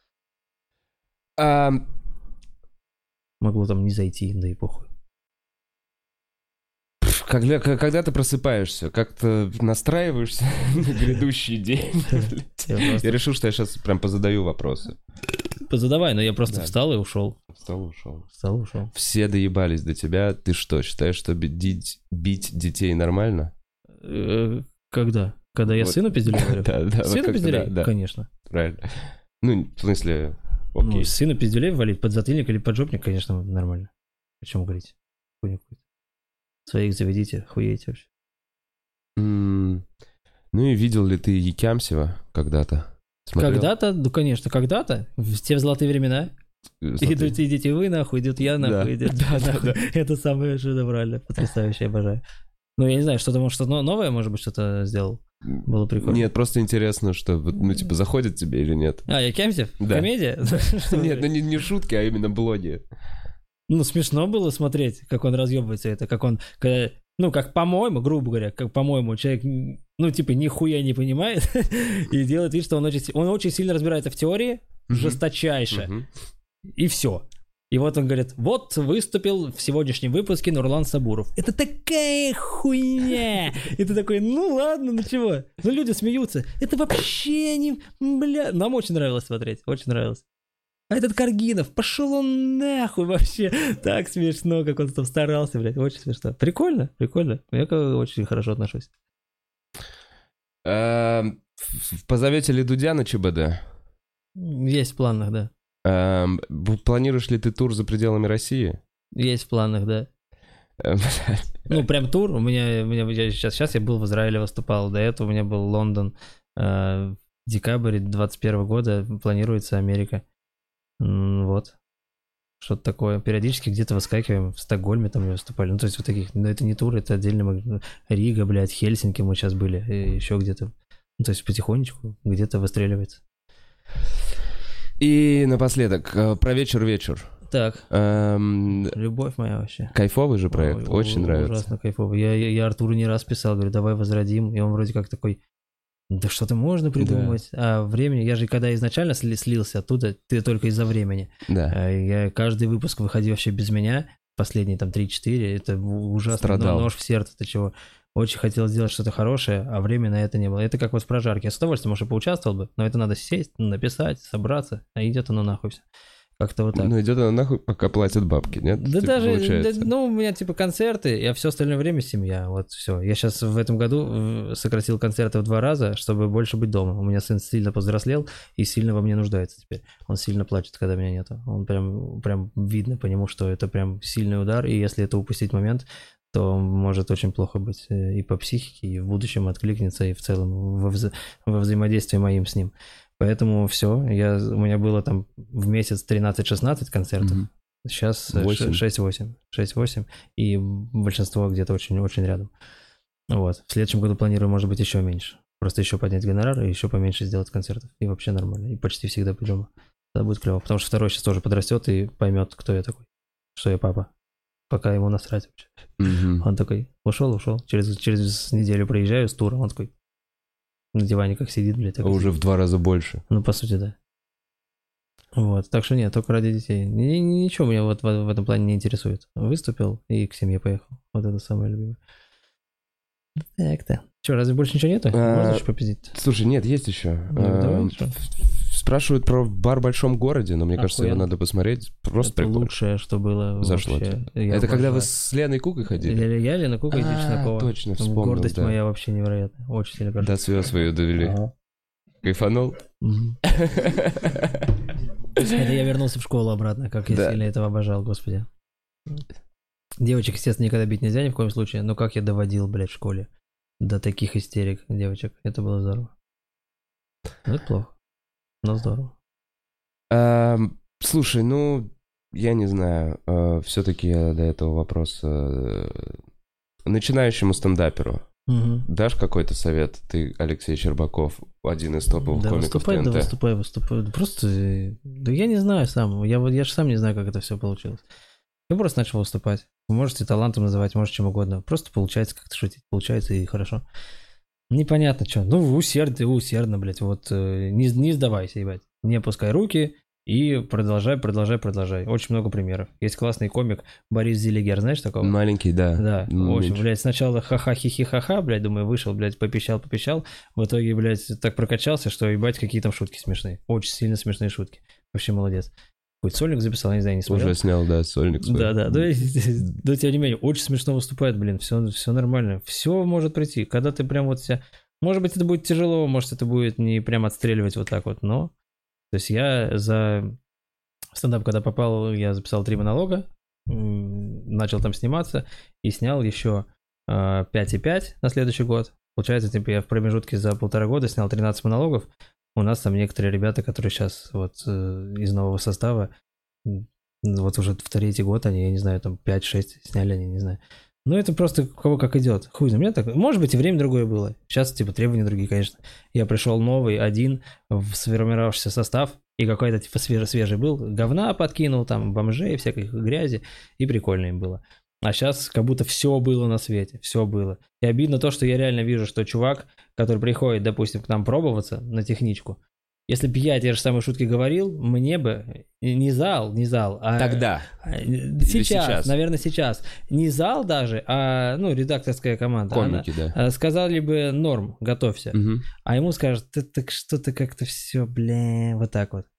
А... Могло там не зайти, да и похуй. Когда, когда ты просыпаешься, как-то настраиваешься на грядущий день. Я решил, что я сейчас прям позадаю вопросы. Позадавай, но я просто встал и ушел. Встал и ушел. Встал и ушел. Все доебались до тебя. Ты что, считаешь, что бить, бить детей нормально? Когда? Когда я сыну пиздюлей говорю? Да, да. Сыну пиздюлей? Конечно. Правильно. Ну, в смысле, окей. Ну, сыну пиздюлей валить под затыльник или под жопник, конечно, нормально. О чем говорить? Хуйня какой-то. Своих заведите, хуеете вообще. Mm. Ну и видел ли ты Якямсева когда-то? Смотрел? Когда-то? Ну, конечно, когда-то. В те золотые времена. Золотые. Идут, идите вы нахуй, идет я нахуй, да. идет да, да, да. Это самое шедевральное, потрясающе, обожаю. Ну, я не знаю, что-то, может, что-то новое, может быть, что-то сделал. Было прикольно. Нет, просто интересно, что, ну, типа, заходит тебе или нет. А, Якямсев? Да. Комедия? Нет, ну не шутки, а именно блоги. Ну, смешно было смотреть, как он разъебывается это, как он, когда, ну, как по-моему, грубо говоря, как по-моему, человек, ну, типа, нихуя не понимает и делает вид, что он очень, он очень сильно разбирается в теории, uh-huh. жесточайше, uh-huh. и все. И вот он говорит, вот выступил в сегодняшнем выпуске Нурлан Сабуров. Это такая хуйня! И ты такой, ну ладно, ну чего? Ну, люди смеются. Это вообще не... Бля... Нам очень нравилось смотреть, очень нравилось. А этот Каргинов, пошел он нахуй вообще. Так смешно, как он там старался, блядь, очень смешно. Прикольно, прикольно. Я очень хорошо отношусь. Позовете ли Дудя на ЧБД? Есть в планах, да. Планируешь ли ты тур за пределами России? Есть в планах, да. Ну, прям тур. У меня, у меня сейчас, сейчас я был в Израиле, выступал. До этого у меня был Лондон. В декабре двадцать первого года планируется Америка. Вот. Что-то такое. Периодически где-то выскакиваем. В Стокгольме там выступали. Ну, то есть вот таких... Но это не тур, это отдельно... Рига, блядь, Хельсинки мы сейчас были. И еще где-то. Ну, то есть потихонечку где-то выстреливается. И напоследок, про вечер-вечер. Так. Эм... Любовь моя вообще. Кайфовый же проект, Ой, очень нравится. Ужасно кайфовый. Я, я, я Артуру не раз писал, говорю, давай возродим. И он вроде как такой... Да что-то можно придумать. Да. А времени, я же когда изначально слился оттуда, ты только из-за времени. Да. Я каждый выпуск выходил вообще без меня, последние там три-четыре, это ужасно. Страдал. Нож в сердце, ты чего. Очень хотел сделать что-то хорошее, а времени на это не было. Это как вот в прожарке. Я с удовольствием, может, и поучаствовал бы, но это надо сесть, написать, собраться, а идет оно нахуй все. Как-то вот так. Ну, идет она нахуй, пока платят бабки, нет? Да типа, даже, да, ну, у меня типа концерты, а все остальное время семья, вот все. Я сейчас в этом году сократил концерты в два раза, чтобы больше быть дома. У меня сын сильно повзрослел и сильно во мне нуждается теперь. Он сильно плачет, когда меня нету. Он прям, прям видно по нему, что это прям сильный удар, и если это упустить момент, то может очень плохо быть и по психике, и в будущем откликнется, и в целом во, вза- во взаимодействии моим с ним. Поэтому все, я, у меня было там в месяц тринадцать-шестнадцать концертов, mm-hmm. сейчас шесть-восемь, шесть-восемь, и большинство где-то очень-очень рядом. Вот, в следующем году планирую, может быть, еще меньше. Просто еще поднять гонорар и еще поменьше сделать концертов. И вообще нормально, и почти всегда быть дома. Это будет клево, потому что второй сейчас тоже подрастет и поймет, кто я такой, что я папа. Пока ему насрать вообще. Mm-hmm. Он такой, ушел, ушел. Через, через неделю проезжаю с тура, он такой на диване как сидит, блядь. А уже сидит. В два раза больше. Ну, по сути, да. Вот, так что нет, только ради детей. Ничего меня вот в, в этом плане не интересует. Выступил и к семье поехал. Вот это самое любимое. Так-то. Че, разве больше ничего нету? А, можно еще попиздить? Слушай, нет, есть еще. Ну, а, давай, что? Спрашивают про бар в большом городе, но мне Охуенно. кажется, его надо посмотреть. Просто это прикольно. Лучшее, что было Зашло вообще. Это обожаю. Когда вы с Леной Кукой ходили? Я, я Лена Кука и Дичь Чеснокова. Точно, вспомнил, Гордость да. моя вообще невероятная. Очень сильно горжусь. До слез свою довели. Ага. Кайфанул? Это я вернулся в школу обратно, как я сильно этого обожал, господи. Девочек, естественно, никогда бить нельзя ни в коем случае, но как я доводил, блядь, в школе до таких истерик девочек. Это было здорово. Но это плохо, но здорово. А, слушай, ну, я не знаю, а, все-таки до этого вопроса. Начинающему стендаперу угу. дашь какой-то совет? Ты, Алексей Щербаков, один из топовых да, комиков выступай, ТНТ. Да, выступай, выступай, выступай. Просто, да я не знаю сам, я, я же сам не знаю, как это все получилось. Я просто начал выступать. Вы можете талантом называть, можете чем угодно. Просто получается как-то шутить, получается и хорошо. Непонятно что. Ну, усердно, усердно, блядь, вот не, не сдавайся, ебать. Не опускай руки и продолжай, продолжай, продолжай. Очень много примеров. Есть классный комик Борис Зелегер, знаешь такого? Маленький, да. Да, в общем, блядь, сначала ха-ха-хи-хи-ха-ха, блядь, думаю, вышел, блядь, попищал, попищал. В итоге, блядь, так прокачался, что, ебать, какие там шутки смешные. Очень сильно смешные шутки. Вообще молодец. Какой-то сольник записал, я не знаю, не смотрел. Уже снял, да, сольник свой. Да-да, да, но тем не менее, очень смешно выступает, блин, все, все нормально. Все может прийти. Когда ты прям вот себя... Может быть, это будет тяжело, может, это будет не прям отстреливать вот так вот, но... То есть я за стендап, когда попал, я записал три монолога, начал там сниматься и снял еще пять и пять на следующий год. Получается, типа я в промежутке за полтора года снял тринадцать монологов. У нас там некоторые ребята, которые сейчас вот из нового состава, вот уже в третий год они, я не знаю, там пять-шесть сняли, они, не знаю. Ну, это просто у кого как идет. Хуй на меня так. Может быть, и время другое было. Сейчас, типа, требования другие, конечно. Я пришел новый, один, в сформировавшийся состав, и какой-то, типа, свежий-свежий был. Говна подкинул, там, бомжей, всякой грязи, и прикольно им было. А сейчас как будто все было на свете, все было. И обидно то, что я реально вижу, что чувак, который приходит, допустим, к нам пробоваться на техничку, если бы я те же самые шутки говорил, мне бы не зал, не зал, а... Тогда. Сейчас, сейчас, наверное, сейчас. Не зал даже, а, ну, редакторская команда. Комики, она, да. Сказали бы, норм, готовься. Угу. А ему скажут, ты так что-то как-то все, бля, вот так вот.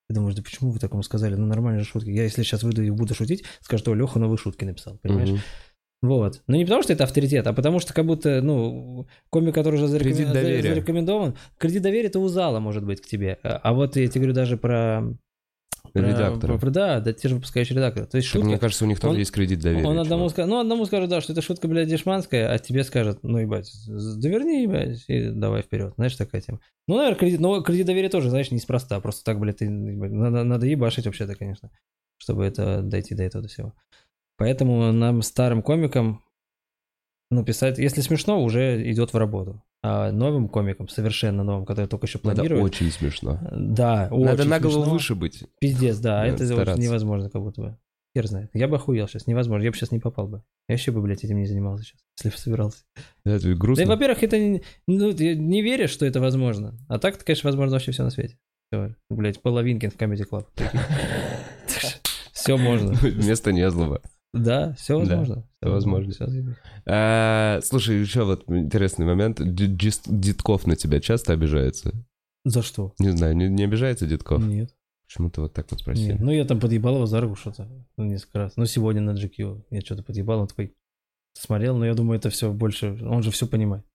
Ты думаешь, да почему вы такому сказали? Ну, нормальные же шутки. Я, если сейчас выйду и буду шутить, скажу, что Леха новые шутки написал, понимаешь? Угу. Вот. Ну, не потому, что это авторитет, а потому что как будто, ну, комик, который уже зарекомен... зарекомендован, кредит доверия это у зала может быть к тебе. А вот я тебе говорю даже про... Редактора. Про, да, да, те же выпускающие редакторы. То есть шутка, мне кажется, у них тоже он, есть кредит доверия. Он одному, скажет, ну, одному скажет, да, что это шутка, блядь, дешманская, а тебе скажет, ну, ебать, доверни, ебать, и давай вперед. Знаешь, такая тема. Ну, наверное, кредит, но кредит доверия тоже, знаешь, неспроста. Просто так, блядь, ты, надо, надо ебашить вообще-то, конечно, чтобы это дойти до этого до всего. Поэтому нам, старым комикам, ну, писать, если смешно, уже идет в работу. А новым комикам, совершенно новым, которые только еще планируют. Это очень смешно. Да, очень Надо на голову смешно. выше быть. Пиздец, да, да это стараться. Невозможно как будто бы. Хер знает. Я бы охуел сейчас, невозможно. Я бы сейчас не попал бы. Я вообще бы, блядь, этим не занимался сейчас, если бы собирался. Да, это грустно. Да, и, во-первых, это... Ну, ты не веришь, что это возможно. А так-то, конечно, возможно вообще все на свете. Все, блядь, Половинкин в Comedy Club. Все можно. Вместо Незлова. Да, все возможно. Да, все возможно. Все а, слушай, еще вот интересный момент. Дедков на тебя часто обижается? За что? Не знаю, не, не обижается Дедков? Нет. Почему-то вот так вот спросил. Нет, ну я там подъебал его за руку что-то ну, несколько раз. Ну сегодня на джи кью я что-то подъебал, он такой смотрел, но я думаю, это все больше... Он же все понимает.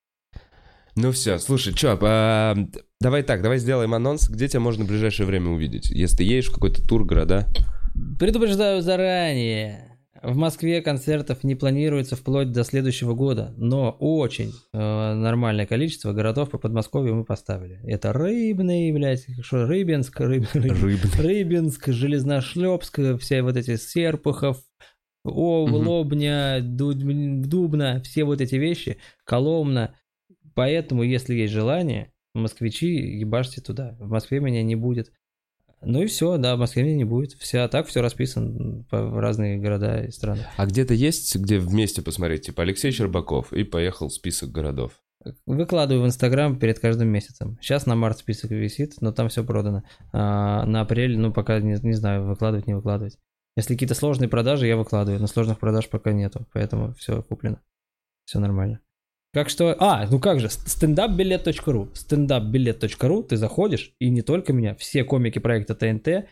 Ну все, слушай, что, а, давай так, давай сделаем анонс, где тебя можно в ближайшее время увидеть, если ты едешь в какой-то тур города. Предупреждаю заранее. В Москве концертов не планируется вплоть до следующего года, но очень э, нормальное количество городов по Подмосковью мы поставили. Это Рыбный, блядь, что, Рыбинск, Рыб, Рыб, Рыбинск, Железношлёпск, все вот эти Серпухов, О, Лобня, Дубна, все вот эти вещи, Коломна. Поэтому, если есть желание, москвичи, ебашьте туда. В Москве меня не будет. Ну и все, да, в Москве меня не будет. Все, а так все расписано в разные города и страны. А где-то есть, где вместе посмотреть? Типа Алексей Щербаков, и поехал список городов. Выкладываю в Инстаграм перед каждым месяцем. Сейчас на март список висит, но там все продано. А на апрель, ну пока не, не знаю, выкладывать, не выкладывать. Если какие-то сложные продажи, я выкладываю. Но сложных продаж пока нету, поэтому все куплено. Все нормально. Как что... А, ну как же, стендап-билет точка ру. стендап-билет точка ру, ты заходишь, и не только меня, все комики проекта ТНТ,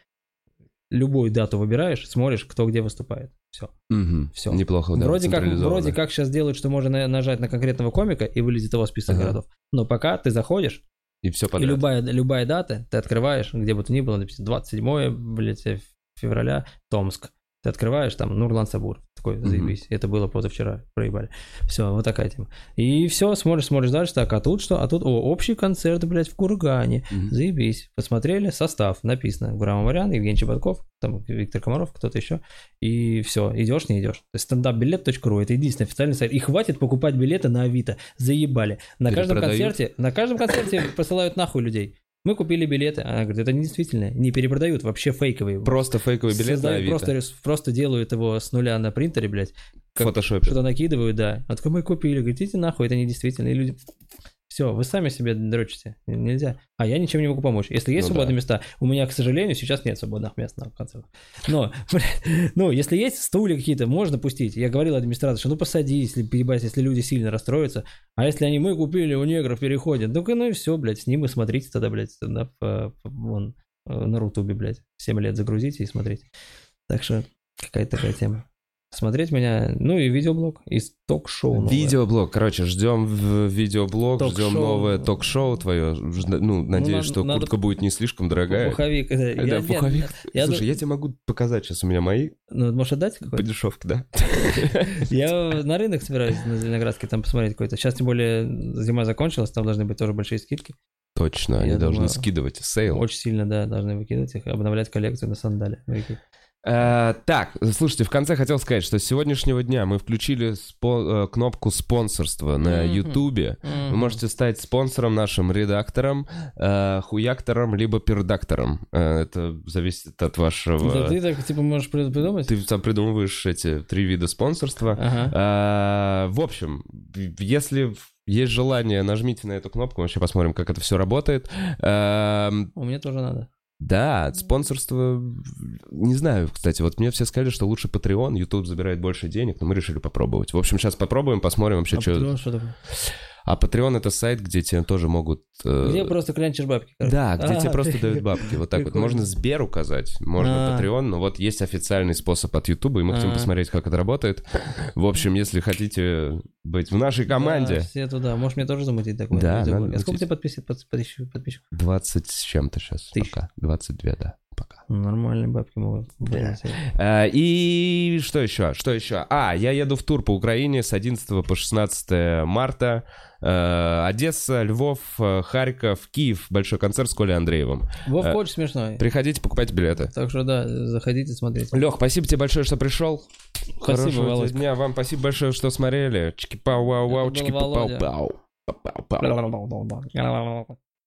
любую дату выбираешь, смотришь, кто где выступает. Все. Угу. Все. Неплохо, да, вроде как, вроде как сейчас делают, что можно нажать на конкретного комика, и вылезет его список ага. городов. Но пока ты заходишь, и все подряд. И любая, любая дата, ты открываешь, где бы то ни было, написано двадцать седьмое, блядь, февраля, Томск. Ты открываешь, там, Нурлан Сабуров. Такой, заебись. Mm-hmm. Это было позавчера, проебали. Все, вот такая тема. И все, смотришь, смотришь дальше, так, а тут что? А тут, о, общий концерт, блядь, в Кургане. Mm-hmm. Заебись. Посмотрели, состав, написано. Гурам Амарян, Евгений Чеботков, там, Виктор Комаров, кто-то еще. И все, идешь, не идешь. То есть стендап-билет точка ру, это единственный официальный сайт. И хватит покупать билеты на Авито. Заебали. На каждом концерте, на каждом концерте посылают нахуй людей. Мы купили билеты. Она говорит, это не действительно, не перепродают, вообще фейковые. Просто фейковый билет на Авито. Просто, просто делают его с нуля на принтере, блядь. В фотошопе. Что-то накидывают, да. А только мы купили. Говорит, идите нахуй, это не действительно. И люди... Все, вы сами себе дрочите. Нельзя. А я ничем не могу помочь. Если есть ну, свободные да. места, у меня, к сожалению, сейчас нет свободных мест на концертах. Но, блядь, ну, если есть стулья какие-то, можно пустить. Я говорил администратору, что ну посади, если перебать, если люди сильно расстроятся. А если они мы купили у негров переходят, ну-ка, ну и все, блядь, с ним и смотрите тогда, блядь, стендап вон, на Рутубе, блядь. семь лет загрузите и смотрите. Так что какая-то такая тема. Смотреть меня, ну и видеоблог, и ток-шоу новое. Видеоблог, короче, ждем в видеоблог, ток-шоу. Ждем новое ток-шоу твое. Ну, надеюсь, ну, что надо... куртка будет не слишком дорогая. Пуховик. Да, я, пуховик. Я, Слушай, я... я тебе могу показать сейчас, у меня мои. Ну, можешь отдать какой-то? По дешевке, да. Я на рынок собираюсь, на Зеленоградске, там посмотреть какой-то. Сейчас, тем более, зима закончилась, там должны быть тоже большие скидки. Точно, они должны скидывать. Сейл. Очень сильно, да, должны выкидывать их, обновлять коллекцию на сандали. Uh, так, слушайте, в конце хотел сказать, что с сегодняшнего дня мы включили спо- uh, кнопку спонсорства на Ютубе. Mm-hmm. Mm-hmm. Вы можете стать спонсором нашим, редактором, uh, хуяктором, либо пердактором. Uh, это зависит от вашего... Да ты так, типа, можешь придумать? Ты сам придумываешь эти три вида спонсорства. Ага. Uh, в общем, если... есть желание, нажмите на эту кнопку, вообще посмотрим, как это все работает. Uh, У меня тоже надо. Да, спонсорство, не знаю, кстати, вот мне все сказали, что лучше Patreon, YouTube забирает больше денег, но мы решили попробовать. В общем, сейчас попробуем, посмотрим вообще, а что... Patreon что такое? А Patreon — это сайт, где тебе тоже могут... Э... Где просто клянчишь бабки. Короче. Да, где а, тебе просто дают бабки. Вот так вот. Можно Сбер указать, можно а. Patreon, но вот есть официальный способ от Ютуба, и мы хотим посмотреть, как это работает. В общем, если хотите быть в нашей команде... Да, все туда. Можешь мне тоже замутить такое? Да. А сколько тебе подписчиков? двадцать с чем-то сейчас. Тысяч. Пока. двадцать две, да. Пока. Нормальные бабки могут. Да. А, и что еще? Что еще? А, я еду в тур по Украине с одиннадцатого по шестнадцатое марта. А, Одесса, Львов, Харьков, Киев. Большой концерт с Колей Андреевым. Вов а, очень смешной. Приходите, покупайте билеты. Так что да, заходите, смотрите. Лех, спасибо тебе большое, что пришел. Спасибо, Володь. Дня. Вам спасибо большое, что смотрели. Чики-пау-вау-вау, чики-пау-пау.